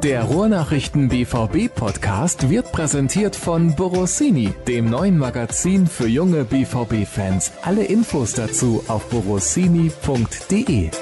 Der Ruhrnachrichten BVB Podcast wird präsentiert von Borossini, dem neuen Magazin für junge BVB-Fans. Alle Infos dazu auf borossini.de.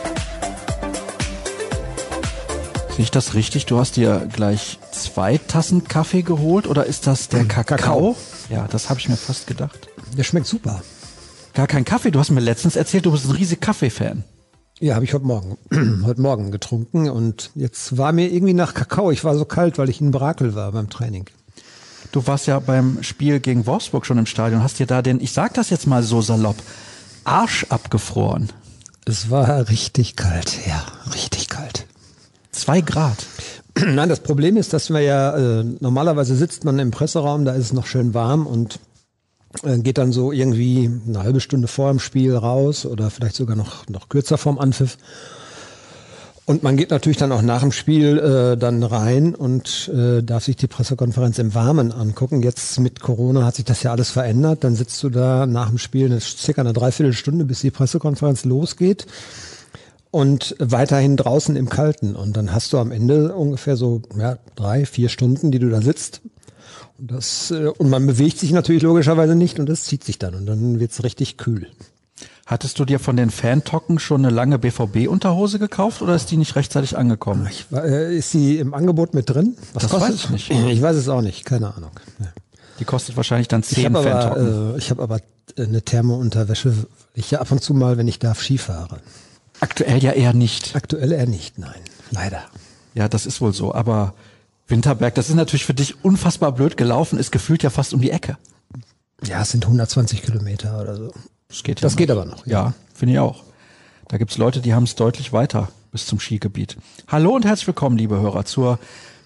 Sehe ich das richtig? Du hast dir gleich 2 Tassen Kaffee geholt oder ist das der Kakao? Ja, das habe ich mir fast gedacht. Der schmeckt super. Gar kein Kaffee. Du hast mir letztens erzählt, du bist ein riesiger Kaffee-Fan. Ja, habe ich heute Morgen getrunken und jetzt war mir irgendwie nach Kakao. Ich war so kalt, weil ich in Brakel war beim Training. Du warst ja beim Spiel gegen Wolfsburg schon im Stadion, hast dir da den, ich sag das jetzt mal so salopp, Arsch abgefroren. Es war richtig kalt, ja, richtig kalt. 2 Grad. Nein, das Problem ist, dass wir ja, normalerweise sitzt man im Presseraum, da ist es noch schön warm und geht dann so irgendwie eine halbe Stunde vor dem Spiel raus oder vielleicht sogar noch kürzer vorm Anpfiff. Und man geht natürlich dann auch nach dem Spiel dann rein und darf sich die Pressekonferenz im Warmen angucken. Jetzt mit Corona hat sich das ja alles verändert. Dann sitzt du da nach dem Spiel circa eine Dreiviertelstunde, bis die Pressekonferenz losgeht und weiterhin draußen im Kalten. Und dann hast du am Ende ungefähr so 3-4 Stunden, die du da sitzt. Und man bewegt sich natürlich logischerweise nicht und das zieht sich dann und dann wird's richtig kühl. Hattest du dir von den Fantocken schon eine lange BVB-Unterhose gekauft oder ist die nicht rechtzeitig angekommen? Ist die im Angebot mit drin? Was das kostet? Weiß ich nicht. Ich weiß es auch nicht, keine Ahnung. Ja. Die kostet wahrscheinlich dann 10 Fantocken. Ich habe aber eine Thermounterwäsche, ich ja ab und zu mal, wenn ich darf, Ski fahre. Aktuell ja eher nicht. Aktuell eher nicht, nein, leider. Ja, das ist wohl so, aber Winterberg, das ist natürlich für dich unfassbar blöd gelaufen, ist gefühlt ja fast um die Ecke. Ja, es sind 120 Kilometer oder so. Das geht aber noch. Ja, finde ich auch. Da gibt's Leute, die haben es deutlich weiter bis zum Skigebiet. Hallo und herzlich willkommen, liebe Hörer, zur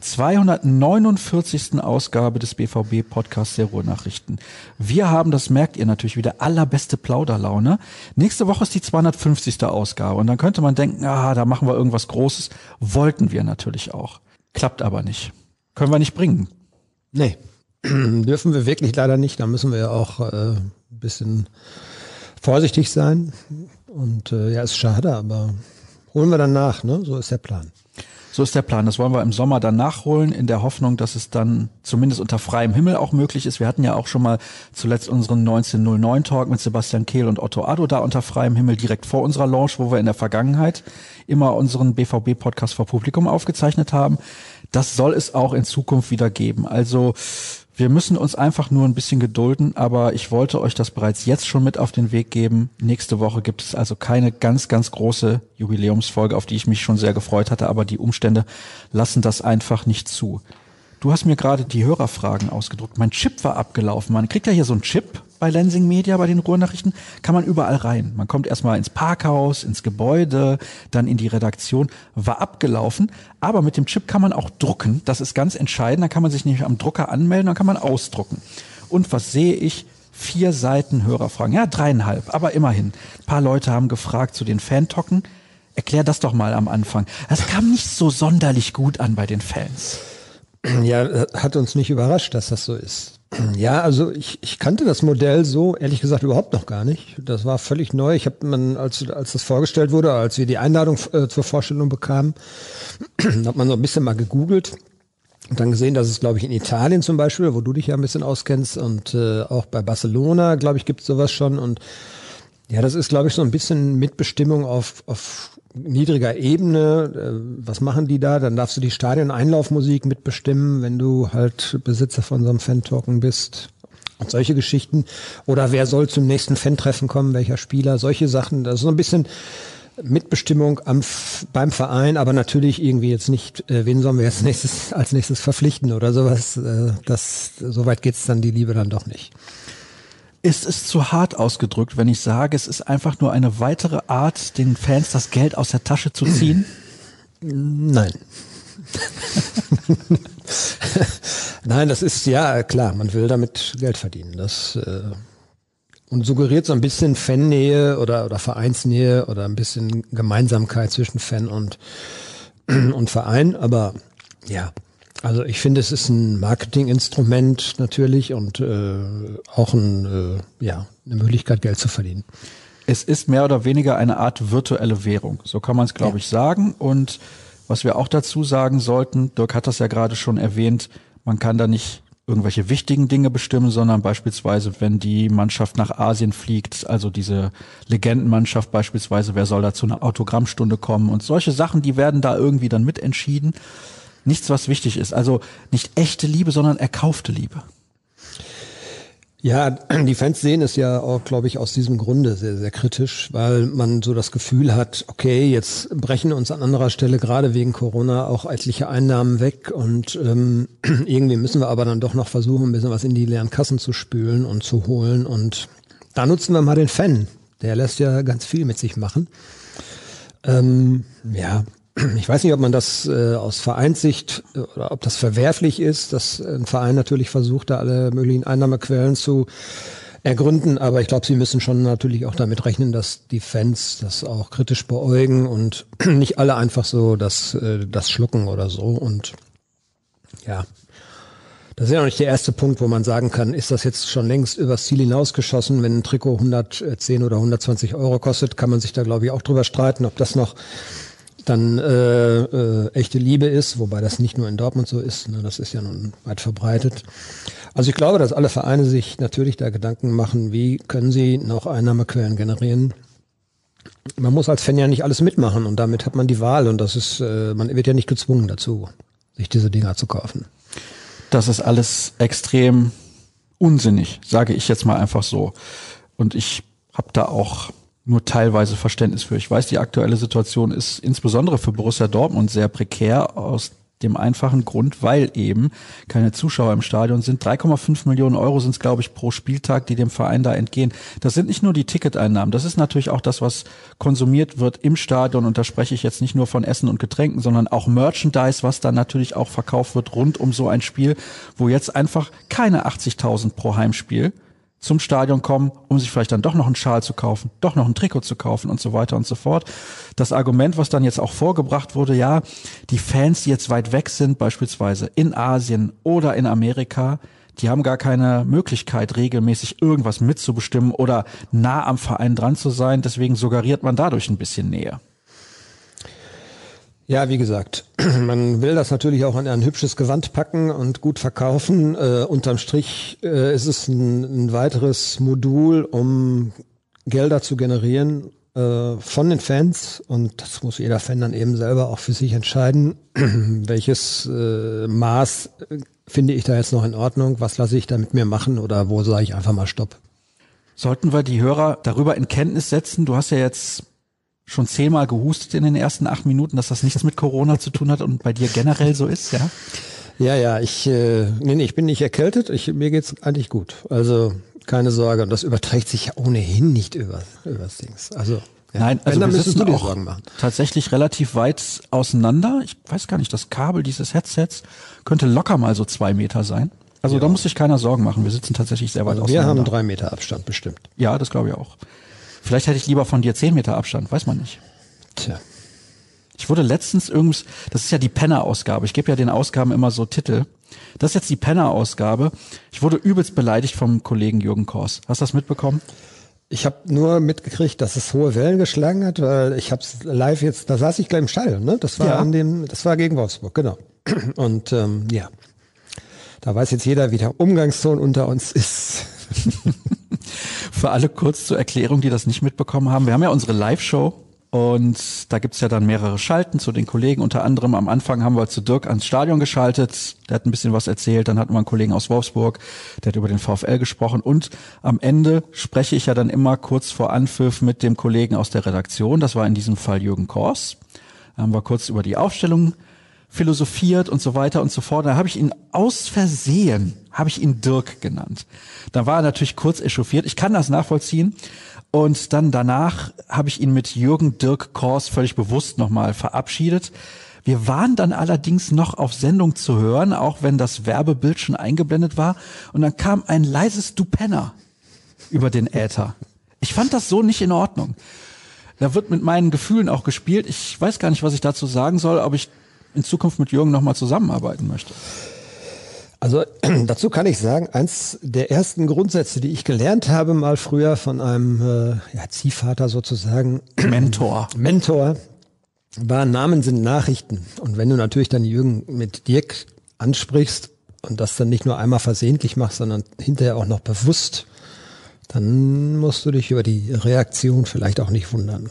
249. Ausgabe des BVB-Podcasts der Ruhrnachrichten. Wir haben, das merkt ihr natürlich, wieder allerbeste Plauderlaune. Nächste Woche ist die 250. Ausgabe und dann könnte man denken, da machen wir irgendwas Großes. Wollten wir natürlich auch. Klappt aber nicht. Können wir nicht bringen. Nee, dürfen wir wirklich leider nicht. Da müssen wir ja auch ein bisschen vorsichtig sein. Und ist schade, aber holen wir dann nach, ne? So ist der Plan. So ist der Plan. Das wollen wir im Sommer dann nachholen, in der Hoffnung, dass es dann zumindest unter freiem Himmel auch möglich ist. Wir hatten ja auch schon mal zuletzt unseren 1909-Talk mit Sebastian Kehl und Otto Addo da unter freiem Himmel direkt vor unserer Launch, wo wir in der Vergangenheit immer unseren BVB-Podcast vor Publikum aufgezeichnet haben. Das soll es auch in Zukunft wieder geben. Also wir müssen uns einfach nur ein bisschen gedulden, aber ich wollte euch das bereits jetzt schon mit auf den Weg geben. Nächste Woche gibt es also keine ganz, ganz große Jubiläumsfolge, auf die ich mich schon sehr gefreut hatte, aber die Umstände lassen das einfach nicht zu. Du hast mir gerade die Hörerfragen ausgedruckt. Mein Chip war abgelaufen. Man kriegt ja hier so einen Chip bei Lensing Media, bei den Ruhrnachrichten, kann man überall rein. Man kommt erstmal ins Parkhaus, ins Gebäude, dann in die Redaktion. War abgelaufen, aber mit dem Chip kann man auch drucken. Das ist ganz entscheidend. Da kann man sich nämlich am Drucker anmelden, dann kann man ausdrucken. Und was sehe ich? 4 Seiten Hörerfragen. Ja, 3,5, aber immerhin. Ein paar Leute haben gefragt zu den Fantocken. Erklär das doch mal am Anfang. Das kam nicht so sonderlich gut an bei den Fans. Ja, hat uns nicht überrascht, dass das so ist. Ja, also ich kannte das Modell so, ehrlich gesagt, überhaupt noch gar nicht. Das war völlig neu. Als das vorgestellt wurde, als wir die Einladung zur Vorstellung bekamen, hat man so ein bisschen mal gegoogelt und dann gesehen, dass es, glaube ich, in Italien zum Beispiel, wo du dich ja ein bisschen auskennst und auch bei Barcelona, glaube ich, gibt es sowas schon. Und ja, das ist, glaube ich, so ein bisschen Mitbestimmung auf niedriger Ebene. Was machen die da? Dann darfst du die Stadion-Einlaufmusik mitbestimmen, wenn du halt Besitzer von so einem Fan-Token bist. Und solche Geschichten. Oder wer soll zum nächsten Fan-Treffen kommen, welcher Spieler, solche Sachen. Das ist so ein bisschen Mitbestimmung beim Verein, aber natürlich irgendwie jetzt nicht, wen sollen wir jetzt als nächstes verpflichten oder sowas. So weit geht's dann die Liebe dann doch nicht. Ist es zu hart ausgedrückt, wenn ich sage, es ist einfach nur eine weitere Art, den Fans das Geld aus der Tasche zu ziehen? Nein. Nein, das ist, ja klar, man will damit Geld verdienen. Und suggeriert so ein bisschen Fannähe oder Vereinsnähe oder ein bisschen Gemeinsamkeit zwischen Fan und Verein, aber ja. Also ich finde, es ist ein Marketinginstrument natürlich und auch eine Möglichkeit, Geld zu verdienen. Es ist mehr oder weniger eine Art virtuelle Währung, so kann man es, glaube ich, sagen. Und Was wir auch dazu sagen sollten, Dirk hat das ja gerade schon erwähnt, man kann da nicht irgendwelche wichtigen Dinge bestimmen, sondern beispielsweise, wenn die Mannschaft nach Asien fliegt, also diese Legendenmannschaft beispielsweise, wer soll da zu einer Autogrammstunde kommen und solche Sachen, die werden da irgendwie dann mitentschieden. Nichts, was wichtig ist. Also nicht echte Liebe, sondern erkaufte Liebe. Ja, die Fans sehen es ja auch, glaube ich, aus diesem Grunde sehr, sehr kritisch, weil man so das Gefühl hat, okay, jetzt brechen uns an anderer Stelle gerade wegen Corona auch etliche Einnahmen weg und irgendwie müssen wir aber dann doch noch versuchen, ein bisschen was in die leeren Kassen zu spülen und zu holen. Und da nutzen wir mal den Fan. Der lässt ja ganz viel mit sich machen. Ja, ich weiß nicht, ob man das aus Vereinssicht oder ob das verwerflich ist, dass ein Verein natürlich versucht, da alle möglichen Einnahmequellen zu ergründen. Aber ich glaube, sie müssen schon natürlich auch damit rechnen, dass die Fans das auch kritisch beäugen und nicht alle einfach so das schlucken oder so. Und ja, das ist ja noch nicht der erste Punkt, wo man sagen kann, ist das jetzt schon längst übers Ziel hinausgeschossen? Wenn ein Trikot 110 oder 120 Euro kostet, kann man sich da, glaube ich, auch drüber streiten, ob das noch dann echte Liebe ist, wobei das nicht nur in Dortmund so ist, ne, das ist ja nun weit verbreitet. Also ich glaube, dass alle Vereine sich natürlich da Gedanken machen, wie können sie noch Einnahmequellen generieren. Man muss als Fan ja nicht alles mitmachen und damit hat man die Wahl und das ist, man wird ja nicht gezwungen dazu, sich diese Dinger zu kaufen. Das ist alles extrem unsinnig, sage ich jetzt mal einfach so. Und ich habe da auch nur teilweise Verständnis für. Ich weiß, die aktuelle Situation ist insbesondere für Borussia Dortmund sehr prekär aus dem einfachen Grund, weil eben keine Zuschauer im Stadion sind. 3,5 Millionen Euro sind es, glaube ich, pro Spieltag, die dem Verein da entgehen. Das sind nicht nur die Ticketeinnahmen, das ist natürlich auch das, was konsumiert wird im Stadion. Und da spreche ich jetzt nicht nur von Essen und Getränken, sondern auch Merchandise, was dann natürlich auch verkauft wird rund um so ein Spiel, wo jetzt einfach keine 80.000 pro Heimspiel zum Stadion kommen, um sich vielleicht dann doch noch einen Schal zu kaufen, doch noch ein Trikot zu kaufen und so weiter und so fort. Das Argument, was dann jetzt auch vorgebracht wurde, ja, die Fans, die jetzt weit weg sind, beispielsweise in Asien oder in Amerika, die haben gar keine Möglichkeit, regelmäßig irgendwas mitzubestimmen oder nah am Verein dran zu sein. Deswegen suggeriert man dadurch ein bisschen Nähe. Ja, wie gesagt, man will das natürlich auch an ein hübsches Gewand packen und gut verkaufen. Unterm Strich ist es ein weiteres Modul, um Gelder zu generieren von den Fans. Und das muss jeder Fan dann eben selber auch für sich entscheiden. Welches Maß finde ich da jetzt noch in Ordnung? Was lasse ich da mit mir machen oder wo sage ich einfach mal Stopp? Sollten wir die Hörer darüber in Kenntnis setzen? Du hast ja jetzt schon 10-mal gehustet in den ersten 8 Minuten, dass das nichts mit Corona zu tun hat und bei dir generell so ist, ja? Ja, ich bin nicht erkältet. Mir geht's eigentlich gut. Also keine Sorge. Und das überträgt sich ja ohnehin nicht übers Dings. Also ja. Nein, also wir sitzen du dir auch Sorgen machen. Tatsächlich relativ weit auseinander. Ich weiß gar nicht, das Kabel dieses Headsets könnte locker mal so 2 Meter sein. Also da muss sich keiner Sorgen machen. Wir sitzen tatsächlich sehr weit auseinander. Wir haben 3 Meter Abstand bestimmt. Ja, das glaube ich auch. Vielleicht hätte ich lieber von dir 10 Meter Abstand, weiß man nicht. Tja. Ich wurde letztens das ist ja die Penner-Ausgabe, ich gebe ja den Ausgaben immer so Titel. Das ist jetzt die Penner-Ausgabe. Ich wurde übelst beleidigt vom Kollegen Jürgen Kors. Hast du das mitbekommen? Ich habe nur mitgekriegt, dass es hohe Wellen geschlagen hat, weil ich habe es live jetzt, da saß ich gleich im Stadion, ne? Das war das war gegen Wolfsburg, genau. Und ja, da weiß jetzt jeder, wie der Umgangston unter uns ist. Für alle kurz zur Erklärung, die das nicht mitbekommen haben. Wir haben ja unsere Live-Show und da gibt's ja dann mehrere Schalten zu den Kollegen. Unter anderem am Anfang haben wir zu Dirk ans Stadion geschaltet. Der hat ein bisschen was erzählt. Dann hatten wir einen Kollegen aus Wolfsburg, der hat über den VfL gesprochen. Und am Ende spreche ich ja dann immer kurz vor Anpfiff mit dem Kollegen aus der Redaktion. Das war in diesem Fall Jürgen Kors. Da haben wir kurz über die Aufstellung philosophiert und so weiter und so fort. Da habe ich ihn aus Versehen, Dirk genannt. Da war er natürlich kurz echauffiert. Ich kann das nachvollziehen. Und dann danach habe ich ihn mit Jürgen Dirk Kors völlig bewusst nochmal verabschiedet. Wir waren dann allerdings noch auf Sendung zu hören, auch wenn das Werbebild schon eingeblendet war. Und dann kam ein leises Du Penner über den Äther. Ich fand das so nicht in Ordnung. Da wird mit meinen Gefühlen auch gespielt. Ich weiß gar nicht, was ich dazu sagen soll, ob ich in Zukunft mit Jürgen nochmal zusammenarbeiten möchte. Also dazu kann ich sagen, eins der ersten Grundsätze, die ich gelernt habe mal früher von einem Ziehvater sozusagen. Mentor. war Namen sind Nachrichten. Und wenn du natürlich dann Jürgen mit Dirk ansprichst und das dann nicht nur einmal versehentlich machst, sondern hinterher auch noch bewusst, dann musst du dich über die Reaktion vielleicht auch nicht wundern.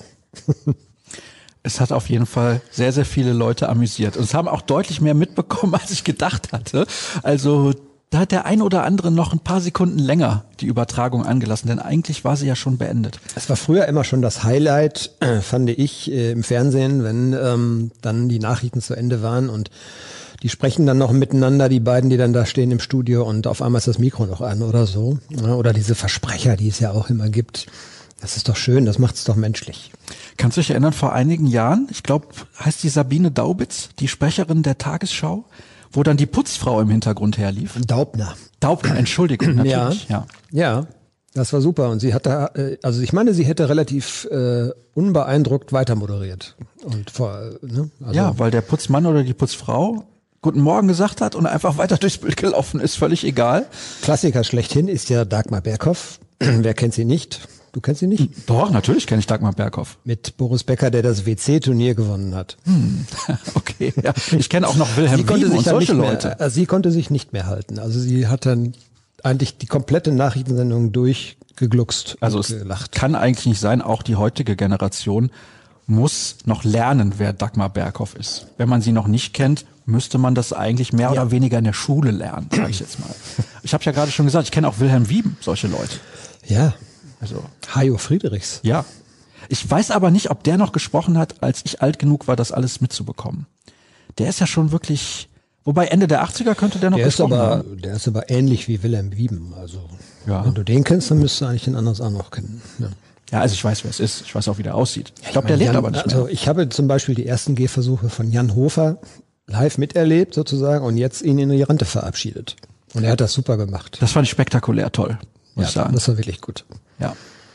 Es hat auf jeden Fall sehr, sehr viele Leute amüsiert. Und es haben auch deutlich mehr mitbekommen, als ich gedacht hatte. Also da hat der ein oder andere noch ein paar Sekunden länger die Übertragung angelassen, denn eigentlich war sie ja schon beendet. Es war früher immer schon das Highlight, fand ich, im Fernsehen, wenn dann die Nachrichten zu Ende waren und die sprechen dann noch miteinander, die beiden, die dann da stehen im Studio und auf einmal ist das Mikro noch an oder so. Oder diese Versprecher, die es ja auch immer gibt. Das ist doch schön, das macht es doch menschlich. Kannst du dich erinnern, vor einigen Jahren, ich glaube, heißt die Sabine Daubitz, die Sprecherin der Tagesschau, wo dann die Putzfrau im Hintergrund herlief? Daubner, Entschuldigung, natürlich. Ja, das war super. Und sie hat da, also ich meine, sie hätte relativ unbeeindruckt weiter moderiert. Und Ja, weil der Putzmann oder die Putzfrau Guten Morgen gesagt hat und einfach weiter durchs Bild gelaufen ist, völlig egal. Klassiker schlechthin ist ja Dagmar Berghoff. Wer kennt sie nicht? Du kennst sie nicht? Doch, natürlich kenne ich Dagmar Berghoff. Mit Boris Becker, der das WC-Turnier gewonnen hat. Okay, ja. Ich kenne auch noch Wilhelm Wiem und solche Leute. Sie konnte sich nicht mehr halten. Also sie hat dann eigentlich die komplette Nachrichtensendung durchgegluckst also und gelacht. Kann eigentlich nicht sein, auch die heutige Generation muss noch lernen, wer Dagmar Berghoff ist. Wenn man sie noch nicht kennt, müsste man das eigentlich mehr oder weniger in der Schule lernen, sage ich jetzt mal. Ich habe ja gerade schon gesagt, ich kenne auch Wilhelm Wiem, solche Leute. Ja, also Hajo Friedrichs. Ja. Ich weiß aber nicht, ob der noch gesprochen hat, als ich alt genug war, das alles mitzubekommen. Der ist ja schon wirklich, wobei Ende der 80er könnte der noch gesprochen haben. Der ist aber ähnlich wie Wilhelm Wiem. Also ja. Wenn du den kennst, dann müsstest du eigentlich den anderen auch noch kennen. Ja, also ich weiß, wer es ist. Ich weiß auch, wie der aussieht. Ich glaube, der lebt aber nicht mehr. Also ich habe zum Beispiel die ersten Gehversuche von Jan Hofer live miterlebt sozusagen und jetzt ihn in die Rente verabschiedet. Und er hat das super gemacht. Das fand ich spektakulär toll, muss ich sagen. Das war wirklich gut. Ja.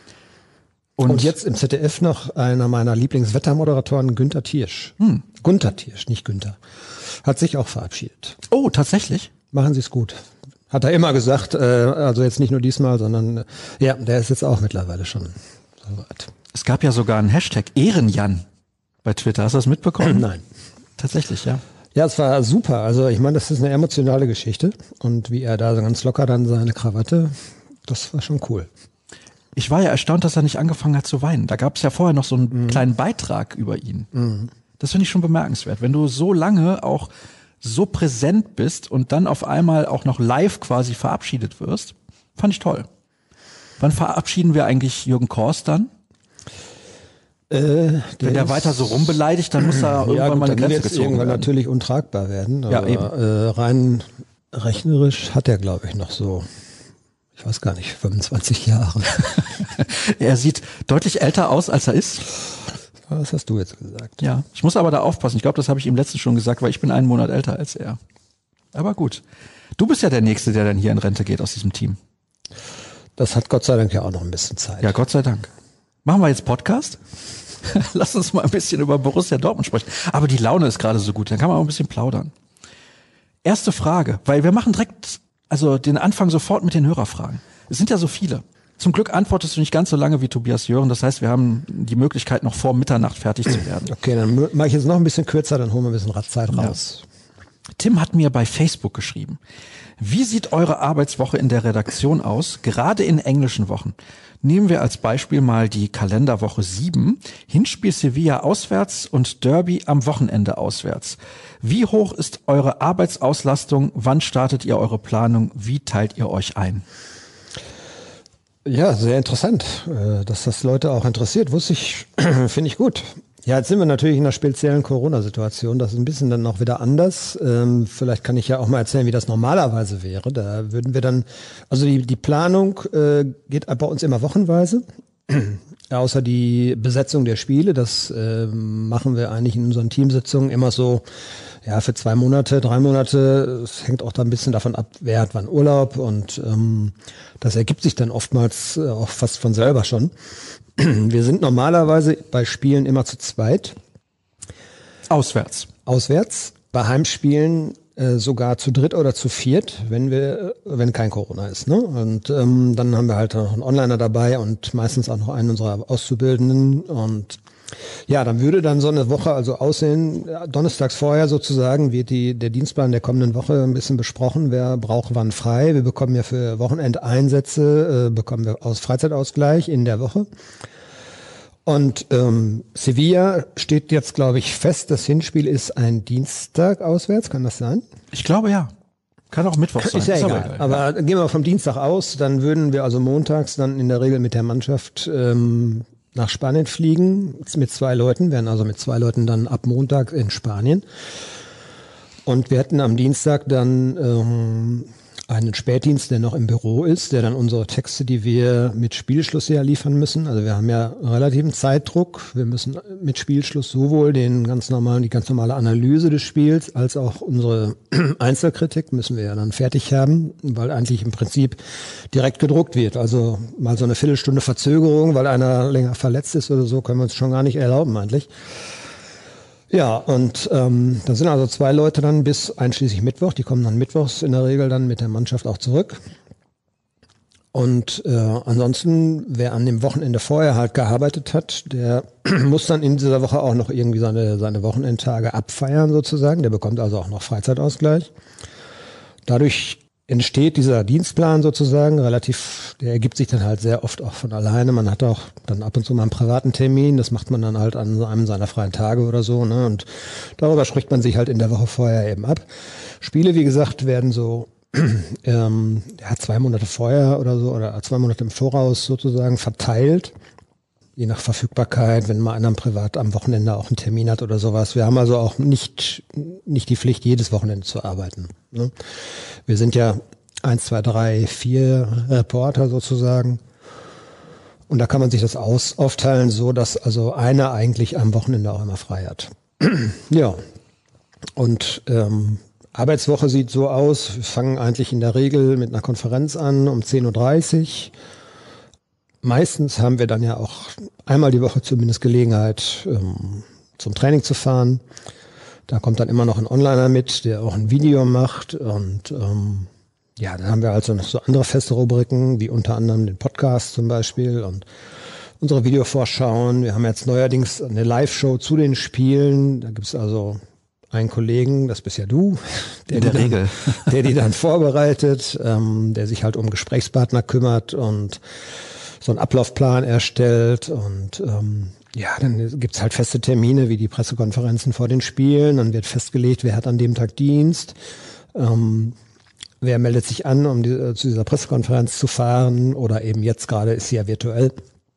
Und jetzt im ZDF noch einer meiner Lieblingswettermoderatoren, Günther Thiersch. Gunther Thiersch, nicht Günther. Hat sich auch verabschiedet. Oh, tatsächlich? Machen Sie es gut. Hat er immer gesagt, also jetzt nicht nur diesmal, sondern ja, der ist jetzt auch mittlerweile schon so weit. Es gab ja sogar einen Hashtag Ehrenjan bei Twitter. Hast du das mitbekommen? Nein. Tatsächlich, ja. Ja, es war super. Also ich meine, das ist eine emotionale Geschichte. Und wie er da so ganz locker dann seine Krawatte, das war schon cool. Ich war ja erstaunt, dass er nicht angefangen hat zu weinen. Da gab es ja vorher noch so einen kleinen Beitrag über ihn. Das finde ich schon bemerkenswert. Wenn du so lange auch so präsent bist und dann auf einmal auch noch live quasi verabschiedet wirst, fand ich toll. Wann verabschieden wir eigentlich Jürgen Kors dann? Wenn der weiter so rumbeleidigt, dann muss er irgendwann mal eine Grenze gezogen werden. Irgendwann natürlich untragbar werden. Ja, aber, eben. Rein rechnerisch hat er, glaube ich, noch so, ich weiß gar nicht, 25 Jahre. Er sieht deutlich älter aus, als er ist. Was hast du jetzt gesagt? Ja, ich muss aber da aufpassen. Ich glaube, das habe ich ihm letztens schon gesagt, weil ich bin einen Monat älter als er. Aber gut. Du bist ja der Nächste, der dann hier in Rente geht aus diesem Team. Das hat Gott sei Dank ja auch noch ein bisschen Zeit. Ja, Gott sei Dank. Machen wir jetzt Podcast? Lass uns mal ein bisschen über Borussia Dortmund sprechen. Aber die Laune ist gerade so gut, dann kann man auch ein bisschen plaudern. Erste Frage, weil wir machen direkt, also den Anfang sofort mit den Hörerfragen. Es sind ja so viele. Zum Glück antwortest du nicht ganz so lange wie Tobias Jören. Das heißt, wir haben die Möglichkeit, noch vor Mitternacht fertig zu werden. Okay, dann mache ich jetzt noch ein bisschen kürzer, dann holen wir ein bisschen Radzeit raus. Ja. Tim hat mir bei Facebook geschrieben. Wie sieht eure Arbeitswoche in der Redaktion aus, gerade in englischen Wochen? Nehmen wir als Beispiel mal die Kalenderwoche 7, Hinspiel Sevilla auswärts und Derby am Wochenende auswärts. Wie hoch ist eure Arbeitsauslastung? Wann startet ihr eure Planung? Wie teilt ihr euch ein? Ja, sehr interessant, dass das Leute auch interessiert. Finde ich gut. Ja, jetzt sind wir natürlich in einer speziellen Corona-Situation. Das ist ein bisschen dann auch wieder anders. Vielleicht kann ich ja auch mal erzählen, wie das normalerweise wäre. Da würden wir dann, also die Planung geht bei uns immer wochenweise. Außer die Besetzung der Spiele. Das machen wir eigentlich in unseren Teamsitzungen immer so, ja, für 2 Monate, 3 Monate. Es hängt auch da ein bisschen davon ab, wer hat wann Urlaub. Und das ergibt sich dann oftmals auch fast von selber schon. Wir sind normalerweise bei Spielen immer zu zweit. Auswärts. Bei Heimspielen sogar zu dritt oder zu viert, wenn kein Corona ist. Ne? Und dann haben wir halt noch einen Onliner dabei und meistens auch noch einen unserer Auszubildenden. Und Ja, dann würde dann so eine Woche also aussehen, donnerstags vorher sozusagen wird der Dienstplan der kommenden Woche ein bisschen besprochen, wer braucht wann frei. Wir bekommen ja für Wochenendeinsätze, bekommen wir aus Freizeitausgleich in der Woche. Und Sevilla steht jetzt, glaube ich, fest, das Hinspiel ist ein Dienstag auswärts, kann das sein? Ich glaube ja. Kann auch Mittwoch sein. Ist ja egal. Aber gehen wir vom Dienstag aus, dann würden wir also montags dann in der Regel mit der Mannschaft nach Spanien fliegen, mit 2 Leuten, wären also mit 2 Leuten dann ab Montag in Spanien. Und wir hätten am Dienstag dann einen Spätdienst, der noch im Büro ist, der dann unsere Texte, die wir mit Spielschluss ja liefern müssen. Also wir haben ja relativen Zeitdruck. Wir müssen mit Spielschluss sowohl die ganz normale Analyse des Spiels als auch unsere Einzelkritik müssen wir ja dann fertig haben, weil eigentlich im Prinzip direkt gedruckt wird. Also mal so eine Viertelstunde Verzögerung, weil einer länger verletzt ist oder so, können wir uns schon gar nicht erlauben eigentlich. Ja, und da sind also 2 Leute dann bis einschließlich Mittwoch, die kommen dann mittwochs in der Regel dann mit der Mannschaft auch zurück. Und ansonsten, wer an dem Wochenende vorher halt gearbeitet hat, der muss dann in dieser Woche auch noch irgendwie seine Wochenendtage abfeiern sozusagen. Der bekommt also auch noch Freizeitausgleich. Dadurch entsteht dieser Dienstplan sozusagen der ergibt sich dann halt sehr oft auch von alleine. Man hat auch dann ab und zu mal einen privaten Termin, das macht man dann halt an einem seiner freien Tage oder so, ne? Und darüber spricht man sich halt in der Woche vorher eben ab. Spiele, wie gesagt, werden so 2 Monate vorher oder so oder 2 Monate im Voraus sozusagen verteilt. Je nach Verfügbarkeit, wenn mal einer privat am Wochenende auch einen Termin hat oder sowas. Wir haben also auch nicht die Pflicht, jedes Wochenende zu arbeiten. Ne? Wir sind ja 1, 2, 3, 4 Reporter sozusagen. Und da kann man sich das aufteilen, so dass also einer eigentlich am Wochenende auch immer frei hat. Ja. Und Arbeitswoche sieht so aus, wir fangen eigentlich in der Regel mit einer Konferenz an um 10.30 Uhr. Meistens haben wir dann ja auch einmal die Woche zumindest Gelegenheit, zum Training zu fahren. Da kommt dann immer noch ein Onliner mit, der auch ein Video macht. Und dann haben wir also noch so andere feste Rubriken, wie unter anderem den Podcast zum Beispiel und unsere Videovorschauen. Wir haben jetzt neuerdings eine Live-Show zu den Spielen. Da gibt es also einen Kollegen, das bist ja du, der die dann vorbereitet, der sich halt um Gesprächspartner kümmert und so einen Ablaufplan erstellt und dann gibt's halt feste Termine wie die Pressekonferenzen vor den Spielen, dann wird festgelegt, wer hat an dem Tag Dienst, wer meldet sich an, um zu dieser Pressekonferenz zu fahren oder eben jetzt gerade ist sie ja virtuell.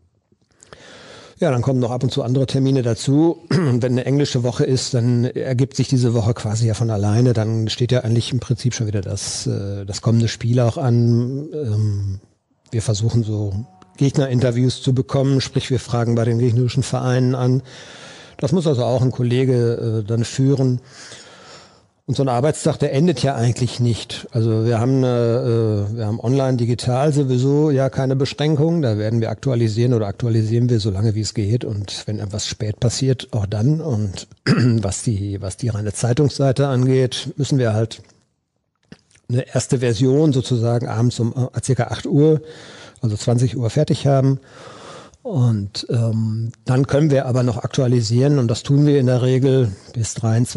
Ja, dann kommen noch ab und zu andere Termine dazu. Und wenn eine englische Woche ist, dann ergibt sich diese Woche quasi ja von alleine. Dann steht ja eigentlich im Prinzip schon wieder das kommende Spiel auch an. Wir versuchen so Gegnerinterviews zu bekommen, sprich wir fragen bei den gegnerischen Vereinen an. Das muss also auch ein Kollege dann führen. Und so ein Arbeitstag, der endet ja eigentlich nicht. Also wir haben online digital sowieso ja keine Beschränkungen. Da werden wir aktualisieren wir so lange wie es geht. Und wenn etwas spät passiert, auch dann. Und was die reine Zeitungsseite angeht, müssen wir halt eine erste Version sozusagen abends um ca. 8 Uhr, also 20 Uhr fertig haben. Und dann können wir aber noch aktualisieren und das tun wir in der Regel bis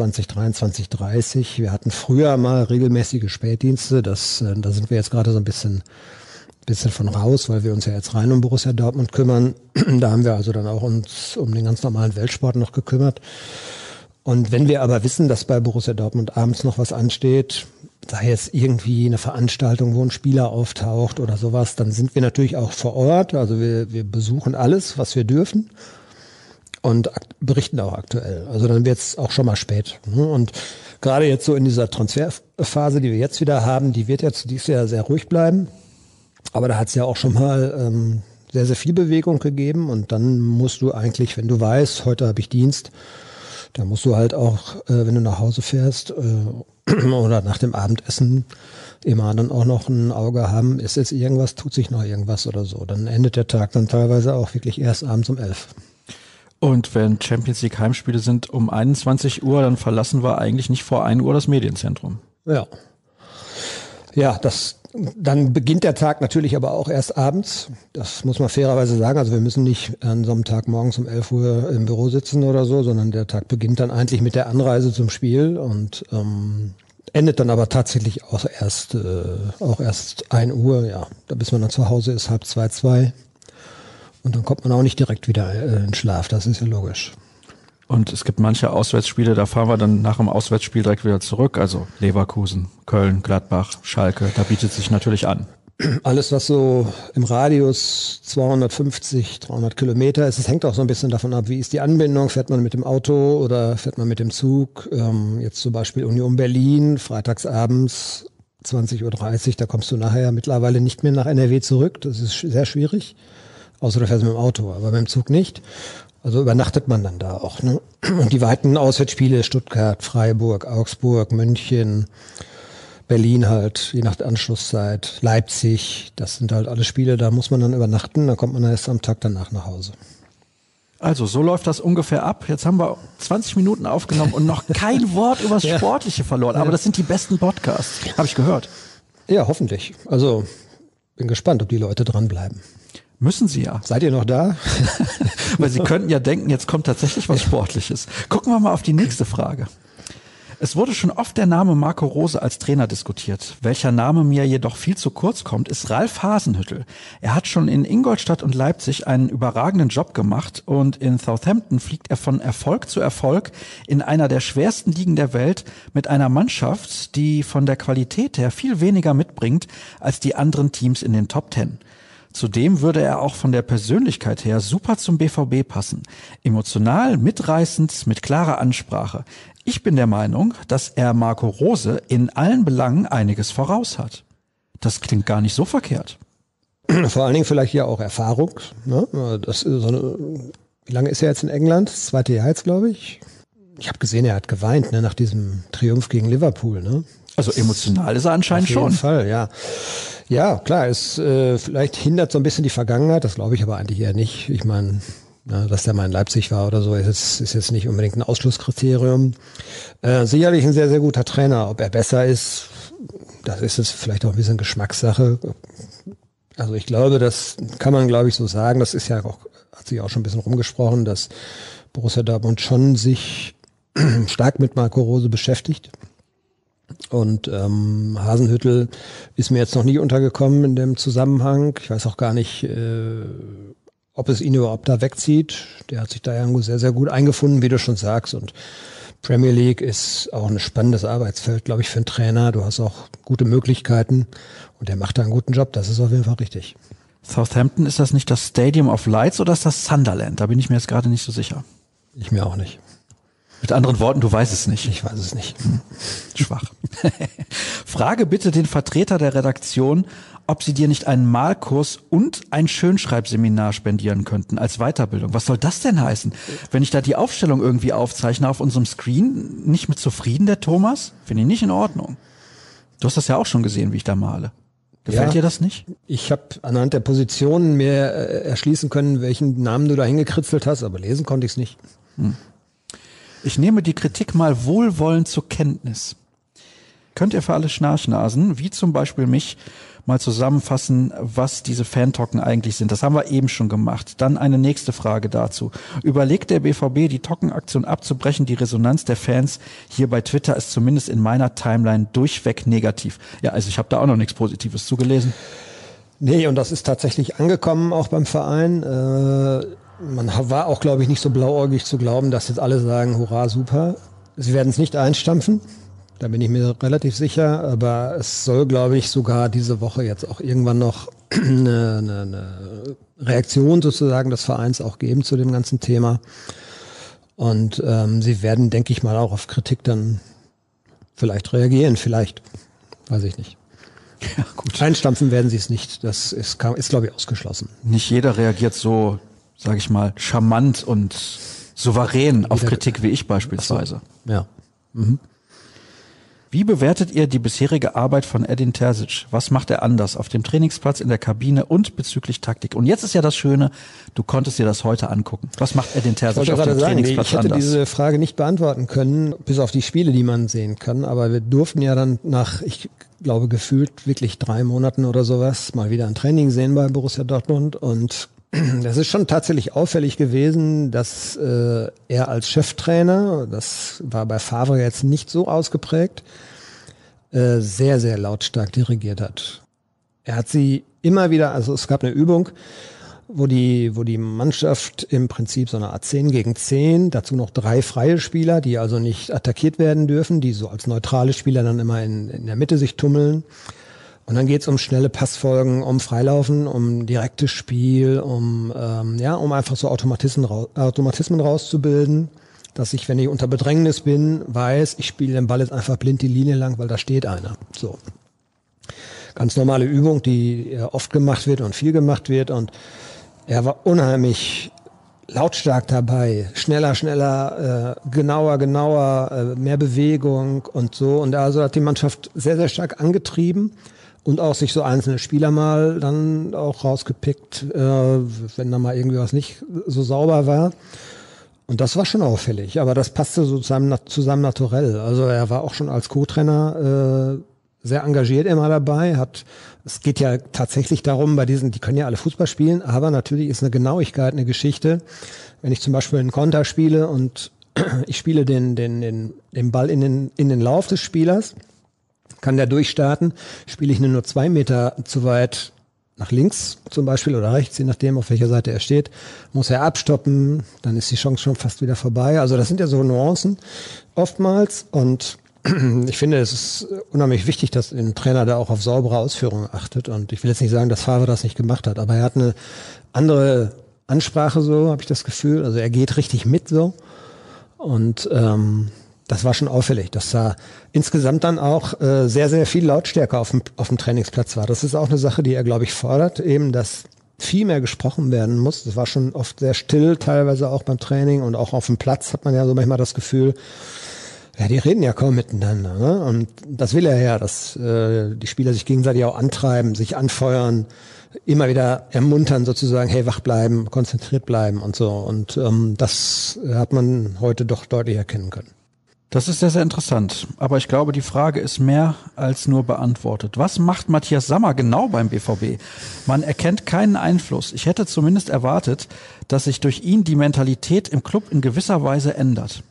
23:30. Wir hatten früher mal regelmäßige Spätdienste, da sind wir jetzt gerade so ein bisschen von raus, weil wir uns ja jetzt rein um Borussia Dortmund kümmern. Da haben wir also dann auch uns um den ganz normalen Weltsport noch gekümmert. Und wenn wir aber wissen, dass bei Borussia Dortmund abends noch was ansteht, sei es irgendwie eine Veranstaltung, wo ein Spieler auftaucht oder sowas, dann sind wir natürlich auch vor Ort. Also wir besuchen alles, was wir dürfen und berichten auch aktuell. Also dann wird es auch schon mal spät. Und gerade jetzt so in dieser Transferphase, die wir jetzt wieder haben, die wird jetzt dieses Jahr sehr ruhig bleiben. Aber da hat es ja auch schon mal sehr, sehr viel Bewegung gegeben. Und dann musst du eigentlich, wenn du weißt, heute habe ich Dienst, da musst du halt auch, wenn du nach Hause fährst oder nach dem Abendessen, immer dann auch noch ein Auge haben, ist jetzt irgendwas, tut sich noch irgendwas oder so. Dann endet der Tag dann teilweise auch wirklich erst abends um 11. Und wenn Champions League Heimspiele sind um 21 Uhr, dann verlassen wir eigentlich nicht vor 1 Uhr das Medienzentrum. Ja. Ja, das Dann beginnt der Tag natürlich aber auch erst abends. Das muss man fairerweise sagen. Also wir müssen nicht an so einem Tag morgens um 11 Uhr im Büro sitzen oder so, sondern der Tag beginnt dann eigentlich mit der Anreise zum Spiel und endet dann aber tatsächlich auch erst 1 Uhr. Ja, da bis man dann zu Hause ist, 1:30, 2. Und dann kommt man auch nicht direkt wieder in Schlaf. Das ist ja logisch. Und es gibt manche Auswärtsspiele, da fahren wir dann nach dem Auswärtsspiel direkt wieder zurück. Also Leverkusen, Köln, Gladbach, Schalke, da bietet sich natürlich an. Alles, was so im Radius 250, 300 Kilometer ist, es hängt auch so ein bisschen davon ab, wie ist die Anbindung, fährt man mit dem Auto oder fährt man mit dem Zug. Jetzt zum Beispiel Union Berlin, freitagsabends 20:30 Uhr, da kommst du nachher mittlerweile nicht mehr nach NRW zurück. Das ist sehr schwierig, außer du fährst mit dem Auto, aber mit dem Zug nicht. Also übernachtet man dann da auch. Ne? Und die weiten Auswärtsspiele, Stuttgart, Freiburg, Augsburg, München, Berlin halt, je nach Anschlusszeit, Leipzig, das sind halt alle Spiele, da muss man dann übernachten, dann kommt man erst am Tag danach nach Hause. Also so läuft das ungefähr ab. Jetzt haben wir 20 Minuten aufgenommen und noch kein Wort über das Sportliche verloren. Aber das sind die besten Podcasts, habe ich gehört. Ja, hoffentlich. Also bin gespannt, ob die Leute dranbleiben. Müssen sie ja. Seid ihr noch da? Weil sie könnten ja denken, jetzt kommt tatsächlich was Sportliches. Gucken wir mal auf die nächste Frage. Es wurde schon oft der Name Marco Rose als Trainer diskutiert. Welcher Name mir jedoch viel zu kurz kommt, ist Ralf Hasenhüttl. Er hat schon in Ingolstadt und Leipzig einen überragenden Job gemacht und in Southampton fliegt er von Erfolg zu Erfolg in einer der schwersten Ligen der Welt mit einer Mannschaft, die von der Qualität her viel weniger mitbringt als die anderen Teams in den Top 10. Zudem würde er auch von der Persönlichkeit her super zum BVB passen. Emotional, mitreißend, mit klarer Ansprache. Ich bin der Meinung, dass er Marco Rose in allen Belangen einiges voraus hat. Das klingt gar nicht so verkehrt. Vor allen Dingen vielleicht ja auch Erfahrung. Ne? Das ist so eine, wie lange ist er jetzt in England? Das 2. Jahr jetzt, glaube ich. Ich habe gesehen, er hat geweint, ne, nach diesem Triumph gegen Liverpool. Ne? Also emotional ist er anscheinend schon. Auf jeden Fall, ja. Ja, klar, es vielleicht hindert so ein bisschen die Vergangenheit, das glaube ich aber eigentlich eher nicht. Ich meine, dass der mal in Leipzig war oder so, ist jetzt nicht unbedingt ein Ausschlusskriterium. Sicherlich ein sehr, sehr guter Trainer. Ob er besser ist, das ist jetzt vielleicht auch ein bisschen Geschmackssache. Also ich glaube, das kann man, glaube ich, so sagen. Das ist ja auch, hat sich auch schon ein bisschen rumgesprochen, dass Borussia Dortmund schon sich stark mit Marco Rose beschäftigt. Und Hasenhüttl ist mir jetzt noch nie untergekommen in dem Zusammenhang. Ich weiß auch gar nicht, ob es ihn überhaupt da wegzieht. Der hat sich da ja sehr, sehr gut eingefunden, wie du schon sagst. Und Premier League ist auch ein spannendes Arbeitsfeld, glaube ich, für einen Trainer. Du hast auch gute Möglichkeiten und der macht da einen guten Job. Das ist auf jeden Fall richtig. Southampton, ist das nicht das Stadium of Lights oder ist das Sunderland? Da bin ich mir jetzt gerade nicht so sicher. Ich mir auch nicht. Mit anderen Worten, du weißt es nicht. Ich weiß es nicht. Schwach. Frage bitte den Vertreter der Redaktion, ob sie dir nicht einen Malkurs und ein Schönschreibseminar spendieren könnten als Weiterbildung. Was soll das denn heißen? Wenn ich da die Aufstellung irgendwie aufzeichne auf unserem Screen, nicht mit zufrieden, der Thomas? Finde ich nicht in Ordnung. Du hast das ja auch schon gesehen, wie ich da male. Gefällt dir das nicht? Ich habe anhand der Positionen mir erschließen können, welchen Namen du da hingekritzelt hast, aber lesen konnte ich es nicht. Ich nehme die Kritik mal wohlwollend zur Kenntnis. Könnt ihr für alle Schnarchnasen, wie zum Beispiel mich, mal zusammenfassen, was diese Fan-Tocken eigentlich sind? Das haben wir eben schon gemacht. Dann eine nächste Frage dazu. Überlegt der BVB, die Tocken-Aktion abzubrechen? Die Resonanz der Fans hier bei Twitter ist zumindest in meiner Timeline durchweg negativ. Ja, also ich habe da auch noch nichts Positives zugelesen. Nee, und das ist tatsächlich angekommen, auch beim Verein. Man war auch, glaube ich, nicht so blauäugig zu glauben, dass jetzt alle sagen, hurra, super. Sie werden es nicht einstampfen, da bin ich mir relativ sicher, aber es soll, glaube ich, sogar diese Woche jetzt auch irgendwann noch eine Reaktion sozusagen des Vereins auch geben zu dem ganzen Thema. Und sie werden, denke ich mal, auch auf Kritik dann vielleicht reagieren, vielleicht, weiß ich nicht. Ja, gut. Einstampfen werden sie es nicht, das ist glaube ich, ausgeschlossen. Nicht jeder reagiert so, sage ich mal, charmant und souverän auf Kritik wie ich beispielsweise. Ja. Mhm. Wie bewertet ihr die bisherige Arbeit von Edin Terzic? Was macht er anders auf dem Trainingsplatz, in der Kabine und bezüglich Taktik? Und jetzt ist ja das Schöne, du konntest dir das heute angucken. Was macht Edin Terzic auf dem Trainingsplatz anders? Ich hätte diese Frage nicht beantworten können, bis auf die Spiele, die man sehen kann. Aber wir durften ja dann nach, ich glaube, gefühlt wirklich 3 Monaten oder sowas mal wieder ein Training sehen bei Borussia Dortmund. Und das ist schon tatsächlich auffällig gewesen, dass er als Cheftrainer, das war bei Favre jetzt nicht so ausgeprägt, sehr, sehr lautstark dirigiert hat. Er hat sie immer wieder, also es gab eine Übung, wo die Mannschaft im Prinzip so eine Art 10 gegen 10, dazu noch 3 freie Spieler, die also nicht attackiert werden dürfen, die so als neutrale Spieler dann immer in der Mitte sich tummeln. Und dann geht's um schnelle Passfolgen, um Freilaufen, um direktes Spiel, um einfach so Automatismen rauszubilden, dass ich, wenn ich unter Bedrängnis bin, weiß, ich spiele den Ball jetzt einfach blind die Linie lang, weil da steht einer. So. Ganz normale Übung, die oft gemacht wird und viel gemacht wird. Und er war unheimlich lautstark dabei. Schneller, genauer, mehr Bewegung und so. Und also hat die Mannschaft sehr, sehr stark angetrieben. Und auch sich so einzelne Spieler mal dann auch rausgepickt, wenn da mal irgendwie was nicht so sauber war. Und das war schon auffällig. Aber das passte so zusammen naturell. Also er war auch schon als Co-Trainer sehr engagiert immer dabei. Es geht ja tatsächlich darum, die können ja alle Fußball spielen, aber natürlich ist eine Genauigkeit eine Geschichte. Wenn ich zum Beispiel einen Konter spiele und ich spiele den Ball in den Lauf des Spielers, kann der durchstarten, spiele ich nur 2 Meter zu weit nach links zum Beispiel oder rechts, je nachdem, auf welcher Seite er steht, muss er abstoppen, dann ist die Chance schon fast wieder vorbei. Also das sind ja so Nuancen oftmals und ich finde, es ist unheimlich wichtig, dass ein Trainer da auch auf saubere Ausführungen achtet und ich will jetzt nicht sagen, dass Favre das nicht gemacht hat, aber er hat eine andere Ansprache so, habe ich das Gefühl, also er geht richtig mit so und das war schon auffällig, dass da insgesamt dann auch sehr, sehr viel Lautstärke auf dem Trainingsplatz war. Das ist auch eine Sache, die er, glaube ich, fordert, eben, dass viel mehr gesprochen werden muss. Das war schon oft sehr still, teilweise auch beim Training und auch auf dem Platz hat man ja so manchmal das Gefühl, ja, die reden ja kaum miteinander. Ne? Und das will er ja, dass die Spieler sich gegenseitig auch antreiben, sich anfeuern, immer wieder ermuntern sozusagen, hey, wach bleiben, konzentriert bleiben und so. Und das hat man heute doch deutlich erkennen können. Das ist sehr, sehr interessant. Aber ich glaube, die Frage ist mehr als nur beantwortet. Was macht Matthias Sammer genau beim BVB? Man erkennt keinen Einfluss. Ich hätte zumindest erwartet, dass sich durch ihn die Mentalität im Club in gewisser Weise ändert.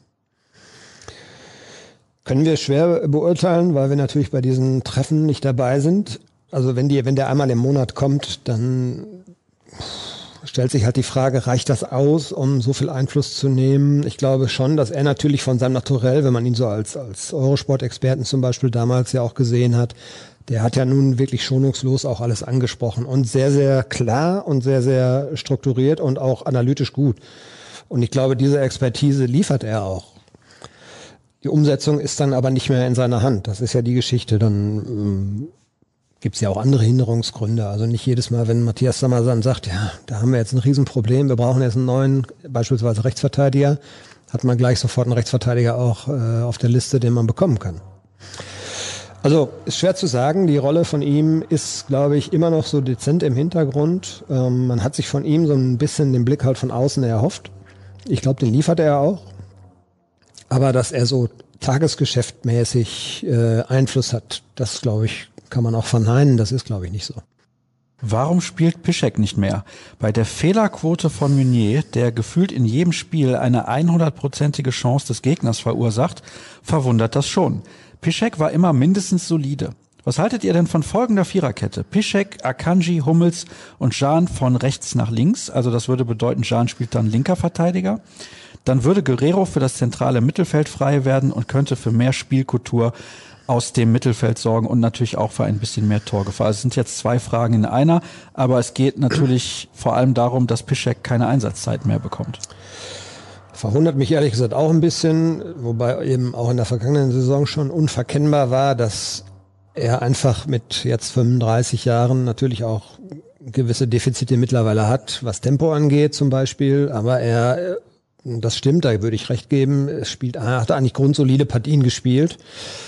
Können wir schwer beurteilen, weil wir natürlich bei diesen Treffen nicht dabei sind. Also wenn der einmal im Monat kommt, dann stellt sich halt die Frage, reicht das aus, um so viel Einfluss zu nehmen? Ich glaube schon, dass er natürlich von seinem Naturell, wenn man ihn so als Eurosport-Experten zum Beispiel damals ja auch gesehen hat, der hat ja nun wirklich schonungslos auch alles angesprochen und sehr, sehr klar und sehr, sehr strukturiert und auch analytisch gut. Und ich glaube, diese Expertise liefert er auch. Die Umsetzung ist dann aber nicht mehr in seiner Hand. Das ist ja die Geschichte. Dann gibt es ja auch andere Hinderungsgründe. Also nicht jedes Mal, wenn Matthias Sammer dann sagt, ja, da haben wir jetzt ein Riesenproblem, wir brauchen jetzt einen neuen, beispielsweise Rechtsverteidiger, hat man gleich sofort einen Rechtsverteidiger auch auf der Liste, den man bekommen kann. Also ist schwer zu sagen. Die Rolle von ihm ist, glaube ich, immer noch so dezent im Hintergrund. Man hat sich von ihm so ein bisschen den Blick halt von außen erhofft. Ich glaube, den liefert er auch. Aber dass er so tagesgeschäftmäßig Einfluss hat, das, glaube ich, kann man auch verneinen. Das ist, glaube ich, nicht so. Warum spielt Piszczek nicht mehr? Bei der Fehlerquote von Meunier, der gefühlt in jedem Spiel eine 100%ige Chance des Gegners verursacht, verwundert das schon. Piszczek war immer mindestens solide. Was haltet ihr denn von folgender Viererkette? Piszczek, Akanji, Hummels und Can von rechts nach links. Also das würde bedeuten, Can spielt dann linker Verteidiger. Dann würde Guerrero für das zentrale Mittelfeld frei werden und könnte für mehr Spielkultur aus dem Mittelfeld sorgen und natürlich auch für ein bisschen mehr Torgefahr. Also es sind jetzt 2 Fragen in einer, aber es geht natürlich vor allem darum, dass Piszczek keine Einsatzzeit mehr bekommt. Verwundert mich ehrlich gesagt auch ein bisschen, wobei eben auch in der vergangenen Saison schon unverkennbar war, dass er einfach mit jetzt 35 Jahren natürlich auch gewisse Defizite mittlerweile hat, was Tempo angeht zum Beispiel, aber das stimmt, da würde ich recht geben, hat eigentlich grundsolide Partien gespielt.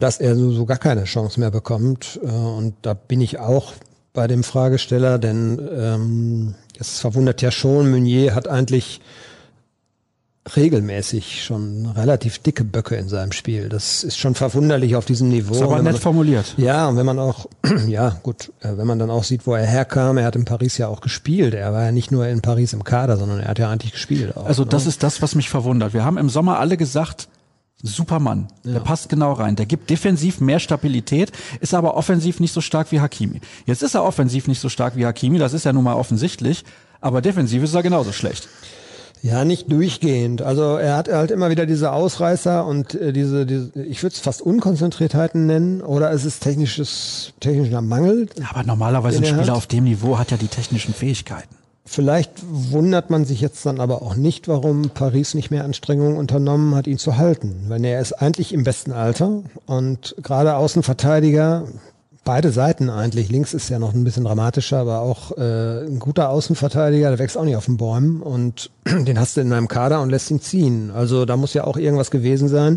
dass er so gar keine Chance mehr bekommt. Und da bin ich auch bei dem Fragesteller, denn es verwundert ja schon, Meunier hat eigentlich regelmäßig schon relativ dicke Böcke in seinem Spiel. Das ist schon verwunderlich auf diesem Niveau. Ist aber nett formuliert. Ja, und wenn man auch, ja gut, wenn man dann auch sieht, wo er herkam, er hat in Paris ja auch gespielt. Er war ja nicht nur in Paris im Kader, sondern er hat ja eigentlich gespielt auch. Also das ist das, was mich verwundert. Wir haben im Sommer alle gesagt, Supermann, der passt genau rein. Der gibt defensiv mehr Stabilität, ist aber offensiv nicht so stark wie Hakimi. Jetzt ist er offensiv nicht so stark wie Hakimi, das ist ja nun mal offensichtlich, aber defensiv ist er genauso schlecht. Ja, nicht durchgehend. Also er hat halt immer wieder diese Ausreißer und diese ich würde es fast Unkonzentriertheiten nennen, oder es ist technischer Mangel. Aber normalerweise ein Spieler auf dem Niveau hat ja die technischen Fähigkeiten. Vielleicht wundert man sich jetzt dann aber auch nicht, warum Paris nicht mehr Anstrengungen unternommen hat, ihn zu halten. Weil er ist eigentlich im besten Alter und gerade Außenverteidiger, beide Seiten eigentlich, links ist ja noch ein bisschen dramatischer, aber auch ein guter Außenverteidiger, der wächst auch nicht auf den Bäumen und den hast du in deinem Kader und lässt ihn ziehen. Also da muss ja auch irgendwas gewesen sein.